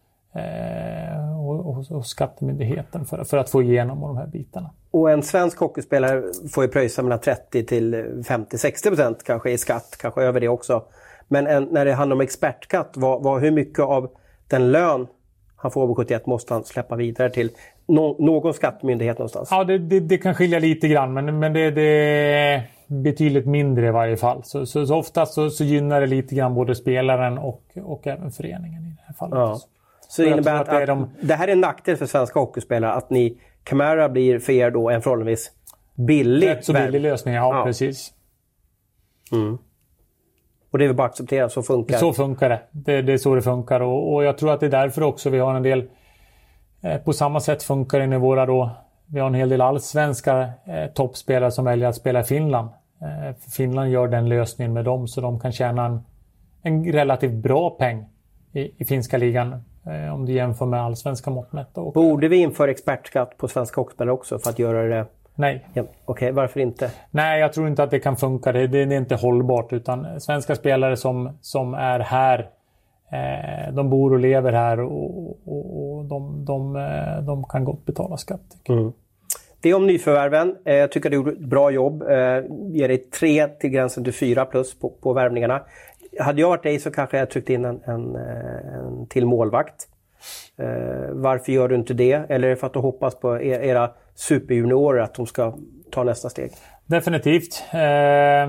eh, och, och, och skattemyndigheten för, för att få igenom de här bitarna. Och en svensk hockeyspelare får ju pröjsa mellan trettio till femtio till sextio procent kanske i skatt, kanske över det också. Men en, när det handlar om expertskatt, vad, vad, hur mycket av den lön han får på sjuttioett måste han släppa vidare till no, någon skattemyndighet någonstans? Ja, det, det, det kan skilja lite grann, men, men det, det är betydligt mindre i varje fall. Så, så, så oftast så, så gynnar det lite grann både spelaren och, och även föreningen i det här fallet. Ja. Så det innebär att, att, det, att de... det här är en nackdel för svenska hockeyspelare, att ni Camara blir för er då en förhållandevis billig, rätt så billig lösning, ja, ja. Precis. Mm. Och det är väl bara att acceptera, så funkar Så funkar det. Det, det är så det funkar. Och, och jag tror att det är därför också vi har en del eh, på samma sätt funkar det i våra då. Vi har en hel del allsvenska eh, toppspelare som väljer att spela i Finland. Eh, Finland gör den lösningen med dem, så de kan tjäna en, en relativt bra peng i, i finska ligan. Om du jämför med allsvenska mått mätt. Och... Borde vi införa expertskatt på svenska hockeyspelare också för att göra det? Nej. Ja, okej, okay, varför inte? Nej, jag tror inte att det kan funka. Det, det, det är inte hållbart. Utan svenska spelare som, som är här, eh, de bor och lever här och, och, och de, de, de kan gott betala skatt. Mm. Det är om nyförvärven. Eh, jag tycker att du gjorde ett bra jobb. Eh, ger dig tre till gränsen till fyra plus på, på värvningarna. Hade jag varit dig så kanske jag tryckt in en, en, en till målvakt. Eh, varför gör du inte det? Eller är det för att du hoppas på er, era superjuniorer att de ska ta nästa steg? Definitivt. Eh,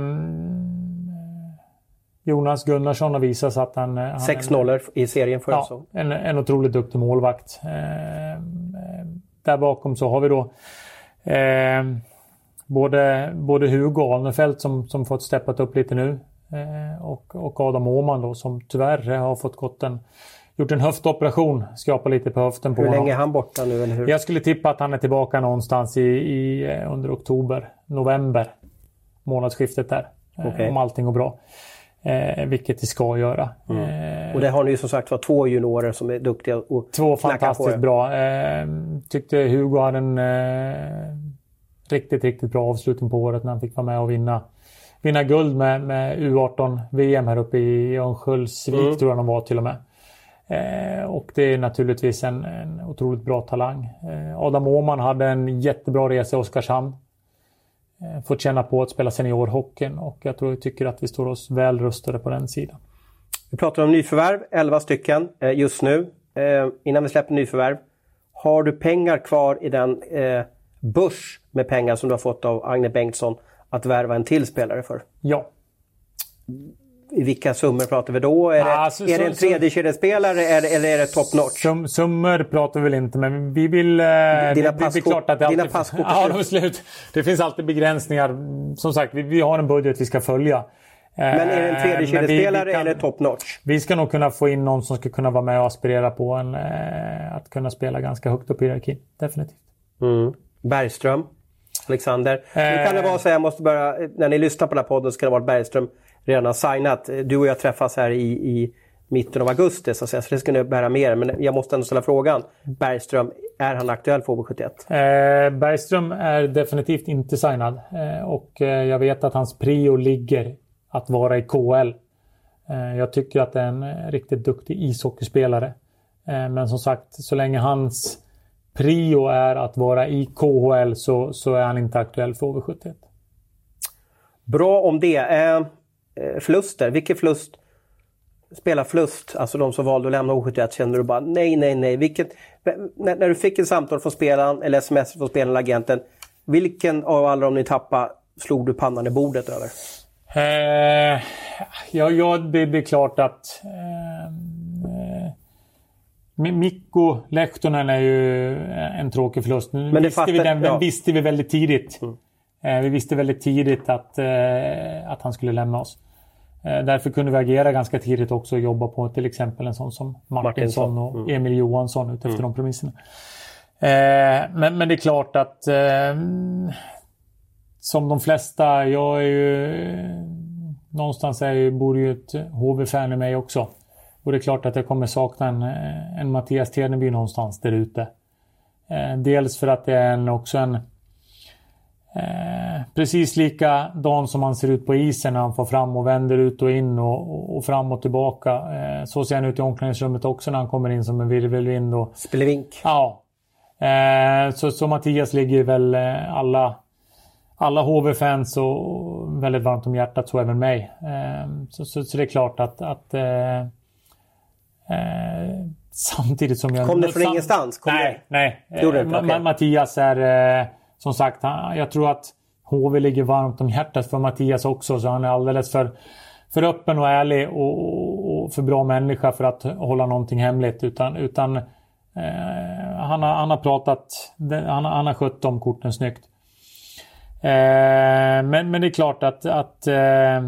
Jonas Gunnarsson har visat att han... han Sex nollor i serien förra ja, säsongen. En, en otroligt duktig målvakt. Eh, där bakom så har vi då eh, både, både Hugo Alnefelt som, som fått steppat upp lite nu. Och, och Adam Åhman då, som tyvärr har fått gått en, gjort en höftoperation, skrapa lite på höften på hur honom. Hur länge är han borta nu, eller hur? Jag skulle tippa att han är tillbaka någonstans i, i, under oktober, november månadsskiftet där. Okay. Om allting går bra. Eh, vilket det ska göra. Mm. Eh, och det har ni ju som sagt var två juniorer som är duktiga och två fantastiskt bra. Eh, tyckte Hugo hade en eh, riktigt, riktigt bra avslutning på året när han fick vara med och vinna vinna guld med, med U arton V M här uppe i Örnsköldsvik, mm. tror jag de var till och med. Eh, och det är naturligtvis en, en otroligt bra talang. Eh, Adam Åhman hade en jättebra resa i Oskarshamn. Eh, fått känna på att spela seniorhockeyn, och jag tror jag tycker att vi står oss väl rustade på den sidan. Vi pratar om nyförvärv, elva stycken eh, just nu. Eh, innan vi släpper nyförvärv, har du pengar kvar i den eh, börs med pengar som du har fått av Agne Bengtsson att värva en till spelare för? Ja. I vilka summor pratar vi då? Är, ah, det, så, är det en tredje kedjespelare eller, eller är det top notch? Sum, summor pratar vi väl inte, men vi vill... Eh, dina det, passkort, det är klart att det dina alltid, passkort ja, de är slut. Det finns alltid begränsningar. Som sagt, vi, vi har en budget vi ska följa. Eh, men är det en tredje kedjespelare eller top notch? Vi ska nog kunna få in någon som ska kunna vara med och aspirera på en, eh, att kunna spela ganska högt upp i hierarkin. Definitivt. Mm. Bergström. Alexander. Nu kan det vara så, jag måste börja, när ni lyssnar på den här podden så kan det vara att Bergström redan har signat. Du och jag träffas här i, i mitten av augusti så, att säga, så det ska ni bära mer. Men jag måste ändå ställa frågan. Bergström, är han aktuell för H V sjuttioett? Eh, Bergström är definitivt inte signad. Eh, och eh, jag vet att hans prio ligger att vara i K L. Eh, jag tycker att det är en riktigt duktig ishockeyspelare. Eh, men som sagt, så länge hans prio är att vara i K H L så, så är han inte aktuell för H V sjuttioett. Bra om det. Eh, förluster. Vilken förlust? Spela förlust. Alltså de som valde att lämna H sjuttioett, känner du bara nej, nej, nej. Vilket, när, när du fick ett samtal från spelaren eller sms från spelaren eller agenten, vilken av alla de ni tappade slog du pannan i bordet över? Eh, ja, ja det, det är klart att eh, eh, Mikko Lehtonen är ju en tråkig förlust. Men det visste, fattar, vi den, ja. visste vi väldigt tidigt. Mm. Eh, vi visste väldigt tidigt att, eh, att han skulle lämna oss. Eh, därför kunde vi agera ganska tidigt också och jobba på till exempel en sån som Martinsson och mm. Emil Johansson utefter mm. de premisserna. Eh, men, men det är klart att eh, som de flesta, jag är ju någonstans är ju, bor ju ett H V-fan i mig också. Och det är klart att jag kommer sakna en, en Mattias Tedenby någonstans där ute. Eh, dels för att det är en, också en eh, precis likadan som han ser ut på isen när han får fram och vänder ut och in och, och, och fram och tillbaka. Eh, så ser han ut i omklädningsrummet också när han kommer in som en virvelvind. Och, Spelevink. Ja. Eh, så, så Mattias ligger väl alla alla H V-fans och väldigt varmt om hjärtat, så även mig. Eh, så, så, så det är klart att, att eh, eh, samtidigt som jag... Kom det från sam- ingenstans? Kom nej, det? nej. Det det, Ma- okay. Mattias är eh, som sagt, han, jag tror att H V ligger varmt om hjärtat för Mattias också, så han är alldeles för, för öppen och ärlig och, och, och för bra människa för att hålla någonting hemligt, utan, utan eh, han, har, han har pratat, han, han har skött de korten snyggt. Eh, men, men det är klart att, att eh,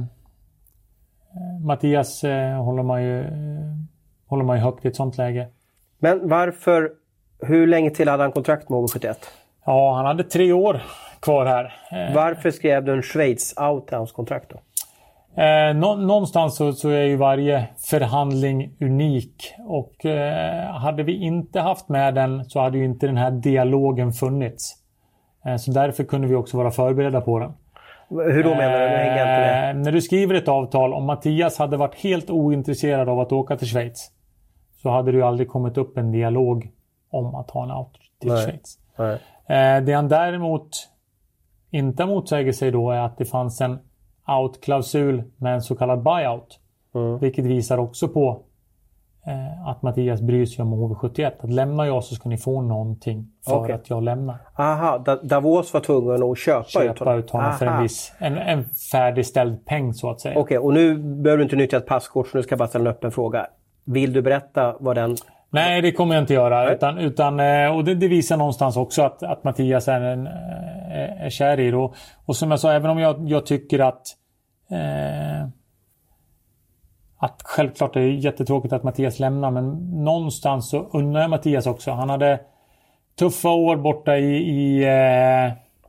Mattias eh, håller, man ju, eh, håller man ju högt i ett sånt läge. Men varför, hur länge till hade han kontrakt med H V sjuttioett? Ja, han hade tre år kvar här. Eh, varför skrev du en Schweiz out till hans kontrakt då? Eh, nå- någonstans så, så är ju varje förhandling unik. Och eh, hade vi inte haft med den så hade ju inte den här dialogen funnits. Så därför kunde vi också vara förberedda på den. Hur då menar du? Nu hänger jag inte med. När du skriver ett avtal, om Mattias hade varit helt ointresserad av att åka till Schweiz, så hade det ju aldrig kommit upp en dialog om att ha en out till Nej. Schweiz. Nej. Det han däremot inte motsäger sig då är att det fanns en out-klausul med en så kallad buyout. Mm. Vilket visar också på att Mattias bryr sig om H V sjuttioett. Att lämnar jag så ska ni få någonting för okay. att jag lämnar. Aha, da- Davos var tvungen att köpa, köpa ut honom för en viss en, en färdigställd peng så att säga. Okej, okay, och nu behöver du inte nyttja ett passkort, så nu ska jag bara ställa en öppen fråga. Vill du berätta vad den... Nej, det kommer jag inte göra. Utan, utan, och det, det visar någonstans också att, att Mattias är, en, är kär i det. Och, och som jag sa, även om jag, jag tycker att eh, att självklart är det jättetråkigt att Mattias lämnar, men någonstans så undrar jag Mattias också. Han hade tuffa år borta i, i eh,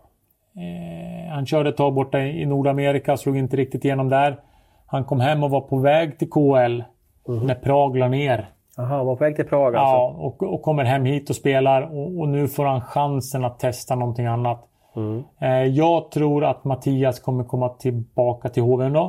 eh, han körde ett tag borta i, i Nordamerika, slog inte riktigt igenom där. Han kom hem och var på väg till K H L mm. när Prag la ner. Aha, var på väg till Prag alltså. Ja, och, och kommer hem hit och spelar och, och nu får han chansen att testa någonting annat. Mm. Eh, jag tror att Mattias kommer komma tillbaka till H V då.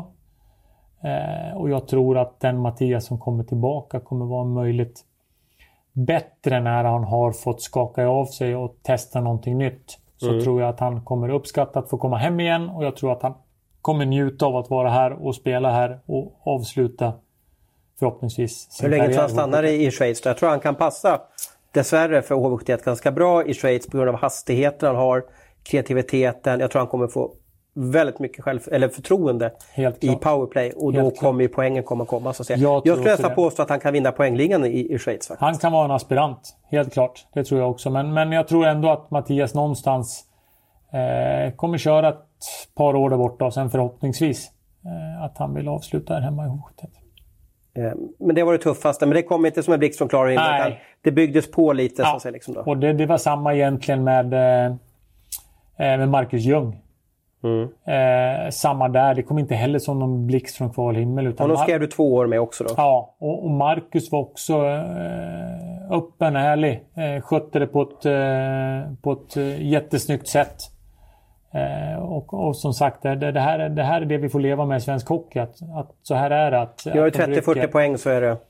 Eh, och jag tror att den Mattias som kommer tillbaka kommer vara möjligt bättre när han har fått skaka av sig och testa någonting nytt. Så mm. tror jag att han kommer uppskatta att få komma hem igen, och jag tror att han kommer njuta av att vara här och spela här och avsluta förhoppningsvis. Hur länge tror han stannar i Schweiz? Jag tror han kan passa dessvärre för H V sjuttioett ganska bra i Schweiz på grund av hastigheten han har, kreativiteten. Jag tror han kommer få väldigt mycket själv, eller förtroende i powerplay, och Helt då klart. kommer ju poängen komma komma så att säga. Jag, jag skulle nästan påstå att han kan vinna poängligan i, i Schweiz faktiskt. Han kan vara en aspirant, helt klart. Det tror jag också. Men, men jag tror ändå att Mattias någonstans eh, kommer köra ett par år där borta och sen förhoppningsvis eh, att han vill avsluta här hemma i hotet. Eh, men det var det tuffaste. Men det kom inte som en blixt från klar himmel. Det byggdes på lite. Ja. Så att säga, liksom då. Och det, det var samma egentligen med, eh, med Marcus Ljung. Mm. Eh, samma där, det kom inte heller som någon blixt från klar himmel, utan och då skrev du två år med också då. Ja, och, och Marcus var också eh, öppen, ärlig, eh, skötte det på ett, eh, på ett eh, jättesnyggt sätt. Eh, och, och som sagt, det, det, här är, det här är det vi får leva med i svensk hockey, att, att så här är det. Att, jag har ju trettio fyrtio poäng, så är det.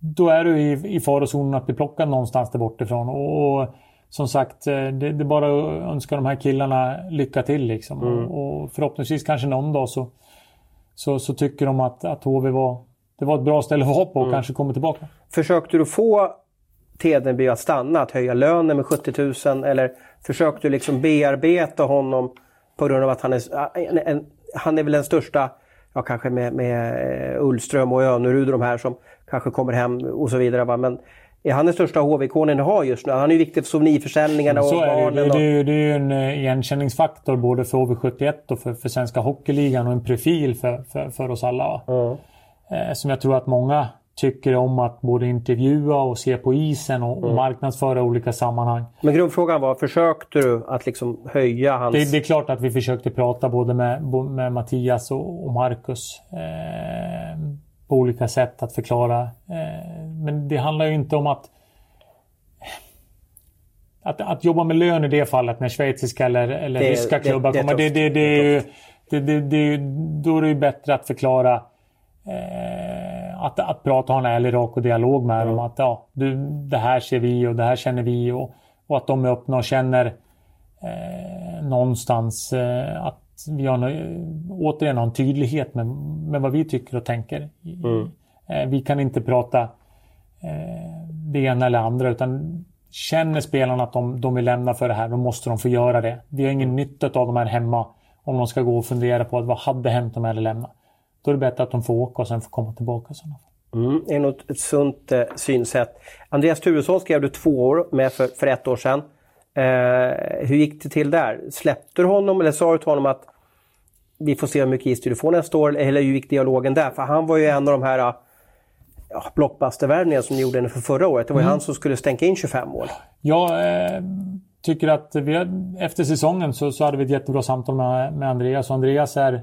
då är du i, i farozonen att bli plockad någonstans där bortifrån. Och, och som sagt, det, det är bara att önska de här killarna lycka till liksom. Mm. Och, och förhoppningsvis kanske någon dag så, så, så tycker de att, att H V var, det var ett bra ställe att vara på och mm. kanske kommer tillbaka. Försökte du få Tedenby att stanna, att höja lönen med sjuttio tusen, eller försökte du liksom bearbeta honom på grund av att han är, en, en, han är väl den största, ja kanske med, med Ullström och Önerud och de här som kanske kommer hem och så vidare, va? Men är han den största H V-ikonen ni har just nu? Han är ju viktig för souvenirförsäljningarna och barnen. Det, det, det, det är ju en igenkänningsfaktor både för H V sjuttioett och för, för Svenska Hockeyligan och en profil för, för, för oss alla. Mm. Eh, som jag tror att många tycker om att både intervjua och se på isen och, mm. och marknadsföra olika sammanhang. Men grundfrågan var, försökte du att liksom höja hans... Det, det är klart att vi försökte prata både med, med Mattias och, och Marcus eh, på olika sätt att förklara. Eh, men det handlar ju inte om att, att att jobba med lön i det fallet när schweiziska eller, eller det, ryska klubbar kommer. Det, det, det, det är ju, det, det, det, då är det ju bättre att förklara eh, att, att prata och ha en ärlig, rak och dialog med mm. dem. Att ja, du, det här ser vi och det här känner vi. Och, och att de är öppna och känner eh, någonstans eh, att vi har en, återigen har en tydlighet med, med vad vi tycker och tänker. Mm. Eh, vi kan inte prata eh, det ena eller andra, utan känner spelarna att de, de vill lämna för det här, då måste de få göra det. Vi har ingen nytta av de här hemma om de ska gå och fundera på att vad hade hänt om de hade lämnat. Då är det bättre att de får åka och sen får komma tillbaka. Mm, det är nog ett sunt eh, synsätt. Andreas Turesson skrev du två år med för, för ett år sedan. Eh, hur gick det till där? Släppte du honom eller sa du till honom att vi får se hur mycket is du får nästa år? Eller hur gick dialogen där? För han var ju en av de här ja, blockbustervärvningarna som gjorde för förra året. Det var ju mm. han som skulle stänka in tjugofem mål. Jag eh, tycker att vi, efter säsongen så, så hade vi ett jättebra samtal med, med Andreas. Och Andreas är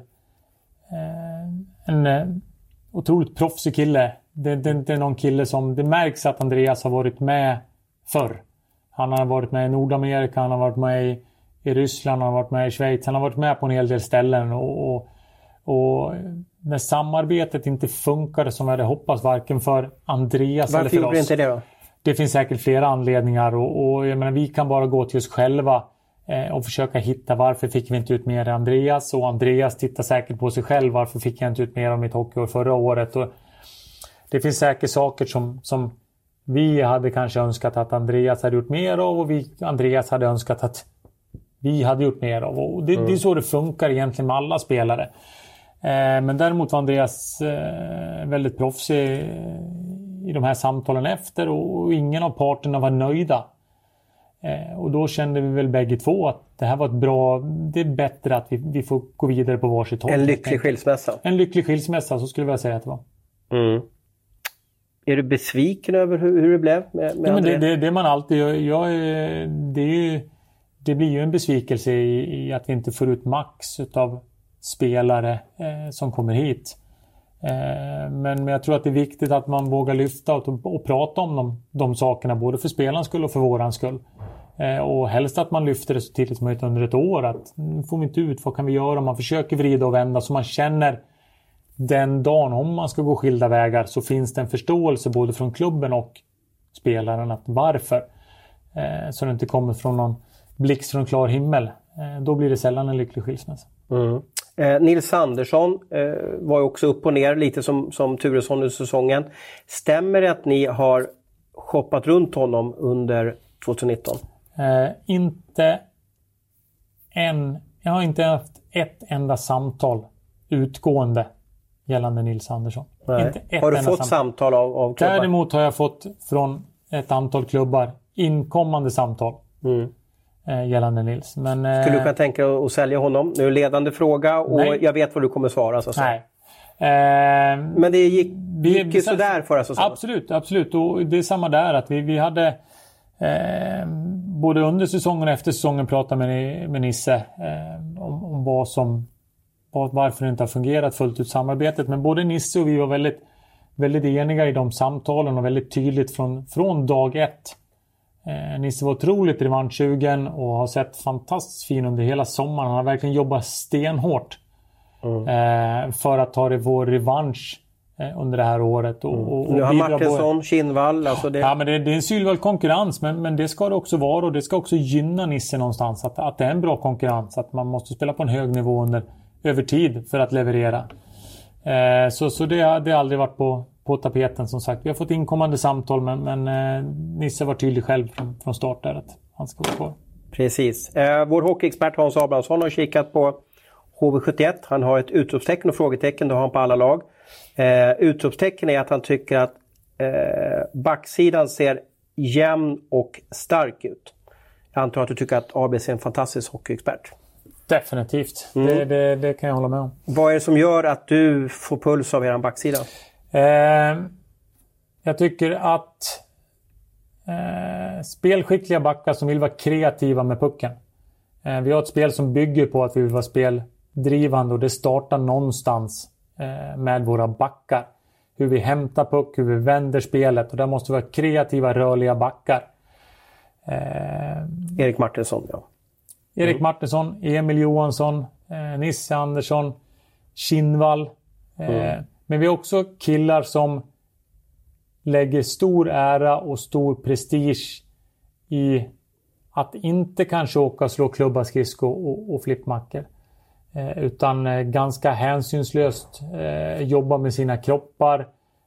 eh, en eh, otroligt proffsig kille. Det, det, det är någon kille som, det märks att Andreas har varit med förr. Han har varit med i Nordamerika, han har varit med i, i Ryssland, han har varit med i Schweiz. Han har varit med på en hel del ställen. Och, och, och när samarbetet inte funkade som jag hade hoppats, varken för Andreas Varför eller för oss. Varför gjorde inte det då? Det finns säkert flera anledningar. Och, och jag menar, vi kan bara gå till oss själva eh, och försöka hitta varför fick vi inte ut mer än Andreas. Och Andreas tittar säkert på sig själv. Varför fick jag inte ut mer av mitt hockeyår förra året? Och det finns säkert saker som... som vi hade kanske önskat att Andreas hade gjort mer av och vi, Andreas hade önskat att vi hade gjort mer av. Och det, mm. det är så det funkar egentligen med alla spelare. Eh, men däremot var Andreas eh, väldigt proffsig i de här samtalen efter och, och ingen av parterna var nöjda. Eh, och då kände vi väl bägge två att det här var ett bra, det är bättre att vi, vi får gå vidare på varsitt håll. En lycklig skilsmässa. En lycklig skilsmässa, så skulle jag vilja säga att det var. Mm. Är du besviken över hur, hur det blev? Med, med ja, men det, det, det man alltid gör, jag, det, är ju, det blir ju en besvikelse i, i att vi inte får ut max av spelare eh, som kommer hit. Eh, men, men jag tror att det är viktigt att man vågar lyfta och, och prata om de, de sakerna, både för spelarens skull och för våran skull. Eh, och helst att man lyfter det så tidigt som möjligt under ett år. Att nu får vi inte ut, vad kan vi göra? Man försöker vrida och vända så man känner den dagen om man ska gå skilda vägar, så finns det en förståelse både från klubben och spelaren att varför. Eh, så det inte kommer från någon blixt från klar himmel. Eh, då blir det sällan en lycklig skilsmässa. Mm. Eh, Nils Andersson eh, var ju också upp och ner lite som, som Turesson i säsongen. Stämmer det att ni har shoppat runt honom under tjugonitton? Eh, inte en, jag har inte haft ett enda samtal utgående gällande Nils Andersson. Inte ett har du fått samtal, samtal av, av klubbar? Däremot har jag fått från ett antal klubbar inkommande samtal mm. eh, gällande Nils. Men, eh, skulle du kunna tänka dig att sälja honom? Nu är det en ledande fråga och nej. Jag vet vad du kommer svara. Så nej. Eh, Men det gick, gick ju sådär förra säsongen. Absolut, absolut. Och det är samma där. Att vi, vi hade eh, både under säsongen och efter säsongen pratat med, med Nisse eh, om, om vad som varför det inte har fungerat fullt ut samarbetet. Men både Nisse och vi var väldigt, väldigt eniga i de samtalen och väldigt tydligt från, från dag ett. Eh, Nisse var otroligt revanschsugen och har sett fantastiskt fin under hela sommaren. Han har verkligen jobbat stenhårt mm. eh, för att ta det vår revansch eh, under det här året. Och, och, och nu har Martinsson, på... Kinnvall. Alltså det... Ja, men det, det är en sylvass konkurrens, men, men det ska det också vara, och det ska också gynna Nisse någonstans. Att, att det är en bra konkurrens, att man måste spela på en hög nivå under, över tid för att leverera. Eh, så så det, har, det har aldrig varit på, på tapeten, som sagt. Vi har fått inkommande samtal, men, men eh, Nisse var tydlig själv från, från start där att han ska vara kvar. Precis. Eh, vår hockeyexpert Hans Abrahamsson har kikat på H V sjuttioett. Han har ett utropstecken och frågetecken, det har han på alla lag. Eh, utropstecken är att han tycker att eh, backsidan ser jämn och stark ut. Jag antar att du tycker att A B C är en fantastisk hockeyexpert. Definitivt. Mm. Det, det, det kan jag hålla med om. Vad är det som gör att du får puls av er backsida? Eh, jag tycker att eh, spelskickliga backar som vill vara kreativa med pucken. Eh, vi har ett spel som bygger på att vi vill vara speldrivande, och det startar någonstans eh, med våra backar. Hur vi hämtar puck, hur vi vänder spelet, och där måste vi vara kreativa, rörliga backar. Eh, Erik Martinsson, ja. Erik mm. Martinsson, Emil Johansson, eh, Nisse Andersson, Kinnvall. Eh, mm. Men vi har också killar som lägger stor ära och stor prestige i att inte kanske åka och slå klubba, skridsko och, och flippmackor. Eh, utan eh, ganska hänsynslöst eh, jobba med sina kroppar.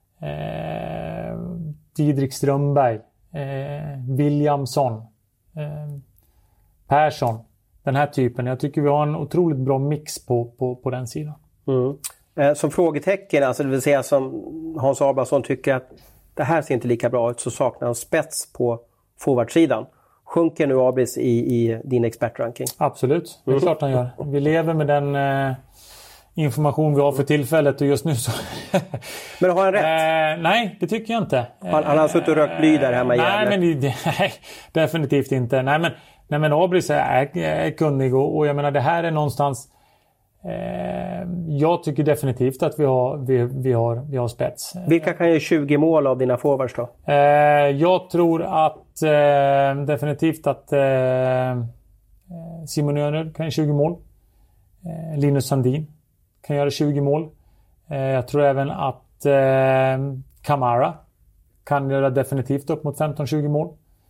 Eh, Didrik Strömberg, eh, Williamson, eh, Persson. Den här typen. Jag tycker vi har en otroligt bra mix på, på, på den sidan. Mm. Eh, som frågetecken, alltså det vill säga som Hans Abrahamsson tycker att det här ser inte lika bra ut, så saknar han spets på forwardsidan. Sjunker nu Abris i, i din expertranking? Absolut, det är mm. klart han gör. Vi lever med den eh, information vi har för tillfället, och just nu så... Men har han rätt? Eh, nej, det tycker jag inte. Han, han har suttit och rökt bly där hemma i Nej, men det, nej, definitivt inte. Nej, men, nej, men Abris är, är kunnig, och, och jag menar det här är någonstans... Eh, jag tycker definitivt att vi har, vi, vi har, vi har spets. Vilka kan göra tjugo mål av dina forwards då? Eh, jag tror att eh, definitivt att eh, Simon Öner kan göra tjugo mål. Eh, Linus Sandin kan göra tjugo mål. Eh, jag tror även att eh, Kamara kan göra definitivt upp mot femton tjugo mål.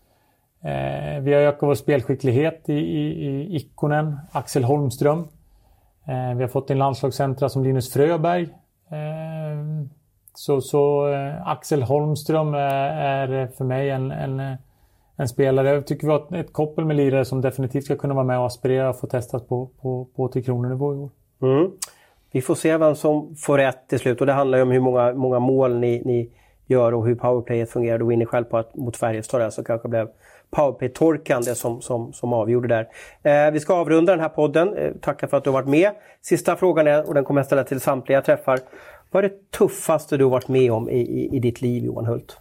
Eh, vi har ökat vår spelskicklighet i, i, i Ikonen, Axel Holmström. Eh, vi har fått en landslagscentra som Linus Fröberg. Eh, så så eh, Axel Holmström är, är för mig en, en, en spelare. Jag tycker vi har ett koppel med lirare som definitivt ska kunna vara med och aspirera och få testas på, på, på till kronor i år. Mm. Vi får se vem som får rätt till slut, och det handlar ju om hur många, många mål ni, ni gör och hur powerplayet fungerar. Du var inne själv på att mot Färjestad så kanske blev powerplay-torkan det som, som, som avgjorde där. Eh, vi ska avrunda den här podden. Eh, tackar för att du har varit med. Sista frågan är, och den kommer jag ställa till samtliga träffar. Vad är det tuffaste du har varit med om i, i, i ditt liv, Johan Hult?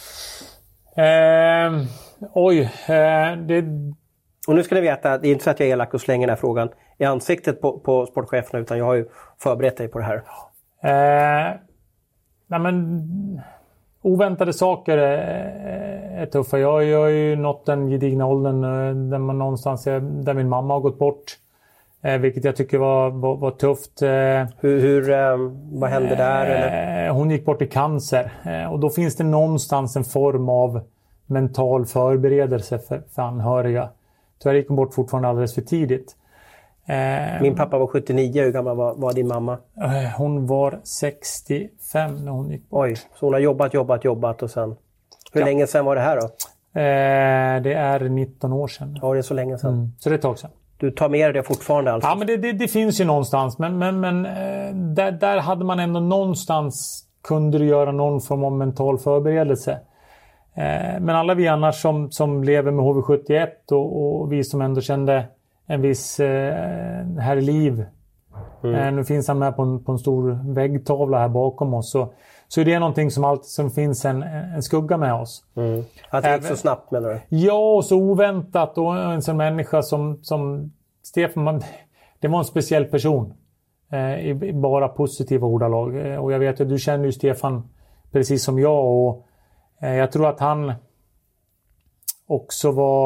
Eh, oj. Eh, det... Och nu ska ni veta, det är inte så att jag är elak och slänger den här frågan i ansiktet på, på sportcheferna, utan jag har ju förberett dig på det här. Eh, nej men... Oväntade saker är, är tuffa. Jag, jag har ju nått den gedigna åldern där man någonstans är, där min mamma har gått bort. Eh, vilket jag tycker var, var, var tufft. Eh, hur, hur, eh, vad hände där? Eh, eller? Hon gick bort i cancer. Eh, och då finns det någonstans en form av mental förberedelse för, för anhöriga. Tyvärr gick hon bort fortfarande alldeles för tidigt. Eh, min pappa var sjuttionio. Hur gammal var, var din mamma? Eh, hon var sextiofem när hon gick bort. Oj, så hon har jobbat, jobbat, jobbat och sen... Hur ja. länge sedan var det här då? Eh, det är nitton år sedan. Ja, det är så länge sedan. Mm. Så det är ett tag sedan. Du tar med det fortfarande alltså? Ja, men det, det, det finns ju någonstans. Men, men, men eh, där, där hade man ändå någonstans kunde du göra någon form av mental förberedelse. Eh, men alla vi annars som, som lever med H V sjuttioett och, och vi som ändå kände en viss eh, här liv. Mm. Eh, nu finns han med på en, på en stor väggtavla här bakom oss. Så, så är det någonting som alltid som finns en, en skugga med oss. Mm. Att det gick så snabbt menar du? Ja, och så oväntat. Och en sån människa som, som Stefan, man, det var en speciell person. Eh, i, i bara positiva ordalag. Eh, och jag vet att du känner ju Stefan precis som jag. Och eh, jag tror att han också var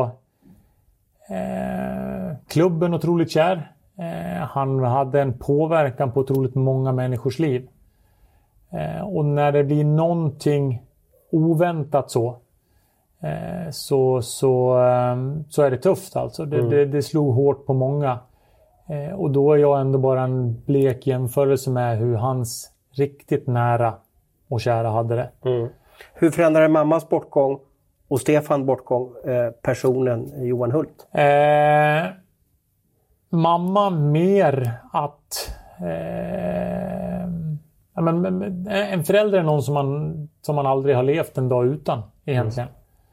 eh, klubben otroligt kär. Eh, han hade en påverkan på otroligt många människors liv. Eh, och när det blir någonting oväntat så eh, så, så, eh, så är det tufft alltså. Det, mm. det, det slog hårt på många. Eh, och då är jag ändå bara en blek jämförelse med hur hans riktigt nära och kära hade det. Mm. Hur förändrade mammas bortgång och Stefan bortgång eh, personen Johan Hult? Eh, mamma mer att eh, ja, men, en förälder är någon som man, som man aldrig har levt en dag utan egentligen.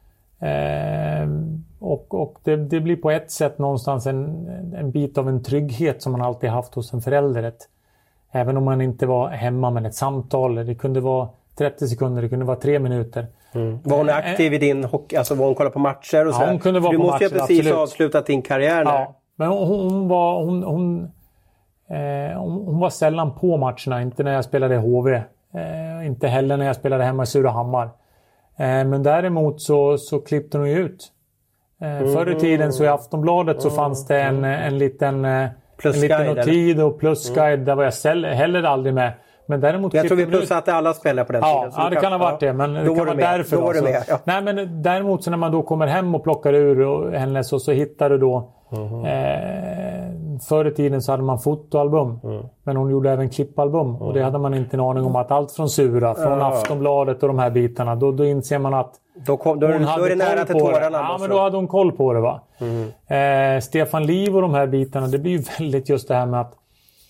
Mm. Eh, och och det, det blir på ett sätt någonstans en, en bit av en trygghet som man alltid haft hos en förälder. Ett, även om man inte var hemma med ett samtal. Det kunde vara trettio sekunder, det kunde vara tre minuter. Mm. Var hon aktiv i din hockey? Alltså var hon kollade på matcher och så? Ja, hon kunde vara du på måste matcher, ju precis absolut. avslutat din karriär. Ja, men hon, hon var hon, hon, eh, hon, hon var sällan på matcherna. Inte när jag spelade i H V. Eh, inte heller när jag spelade hemma i Surahammar. Eh, men däremot så, så klippte hon ju ut. Eh, mm. Förr i tiden så i Aftonbladet så mm. fanns det en, en liten, en liten notid och plusguide. Mm. Där var jag säll, heller aldrig med. Men däremot jag tror vi plussade alla spelare på den ja, tiden. Ja, det kan, kan ha varit det. Men det kan vara därför. Då var du med. Ja. Nej, men däremot så när man då kommer hem och plockar ur henne så, så hittar du då mm. eh, förr i tiden så hade man fotoalbum. Mm. Men hon gjorde även klippalbum. Mm. Och det hade man inte en aning om att allt från Sura, från ja. Aftonbladet och de här bitarna. Då, då inser man att då, kom, då, hon hade då är det nära till tårarna. Ja, men då hade hon koll på det va. Mm. Eh, Stefan Liv och de här bitarna, det blir ju väldigt just det här med att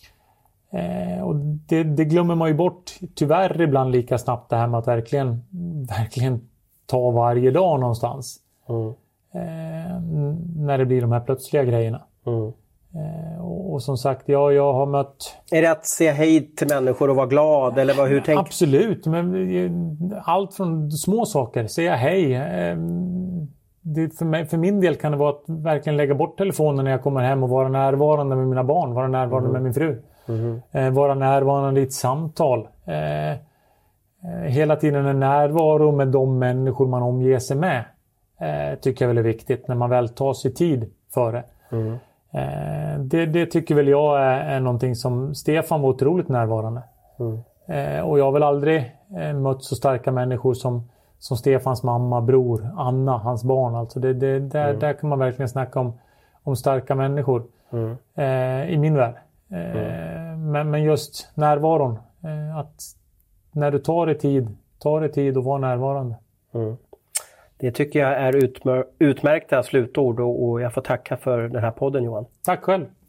Eh, och det, det glömmer man ju bort tyvärr ibland lika snabbt det här med att verkligen, verkligen ta varje dag någonstans. Mm. Eh, när det blir de här plötsliga grejerna. Mm. Eh, och, och som sagt, ja, jag har mött... Är det att se hej till människor och vara glad? Eller vad, hur tänk... Absolut, men allt från små saker. Säga hej. Eh, det för, mig, för min del kan det vara att verkligen lägga bort telefonen när jag kommer hem och vara närvarande med mina barn. Vara närvarande mm. med min fru. Mm. Eh, vara närvarande i ett samtal. Eh, eh, hela tiden en närvaro med de människor man omger sig med. Eh, tycker jag väl är viktigt när man väl tar sig tid för det. Mm. Eh, det, det tycker väl jag är, är någonting som Stefan var otroligt närvarande. Mm. Eh, och jag har väl aldrig eh, mött så starka människor som, som Stefans mamma, bror, Anna, hans barn. Alltså det, det, där, mm. där kan man verkligen snacka om, om starka människor mm. eh, i min värld. Mm. Men, men just närvaron. Att när du tar dig tid, tar dig tid och var närvarande. Mm. Det tycker jag är utmär- utmärkta slutord och, och jag får tacka för den här podden, Johan. Tack själv.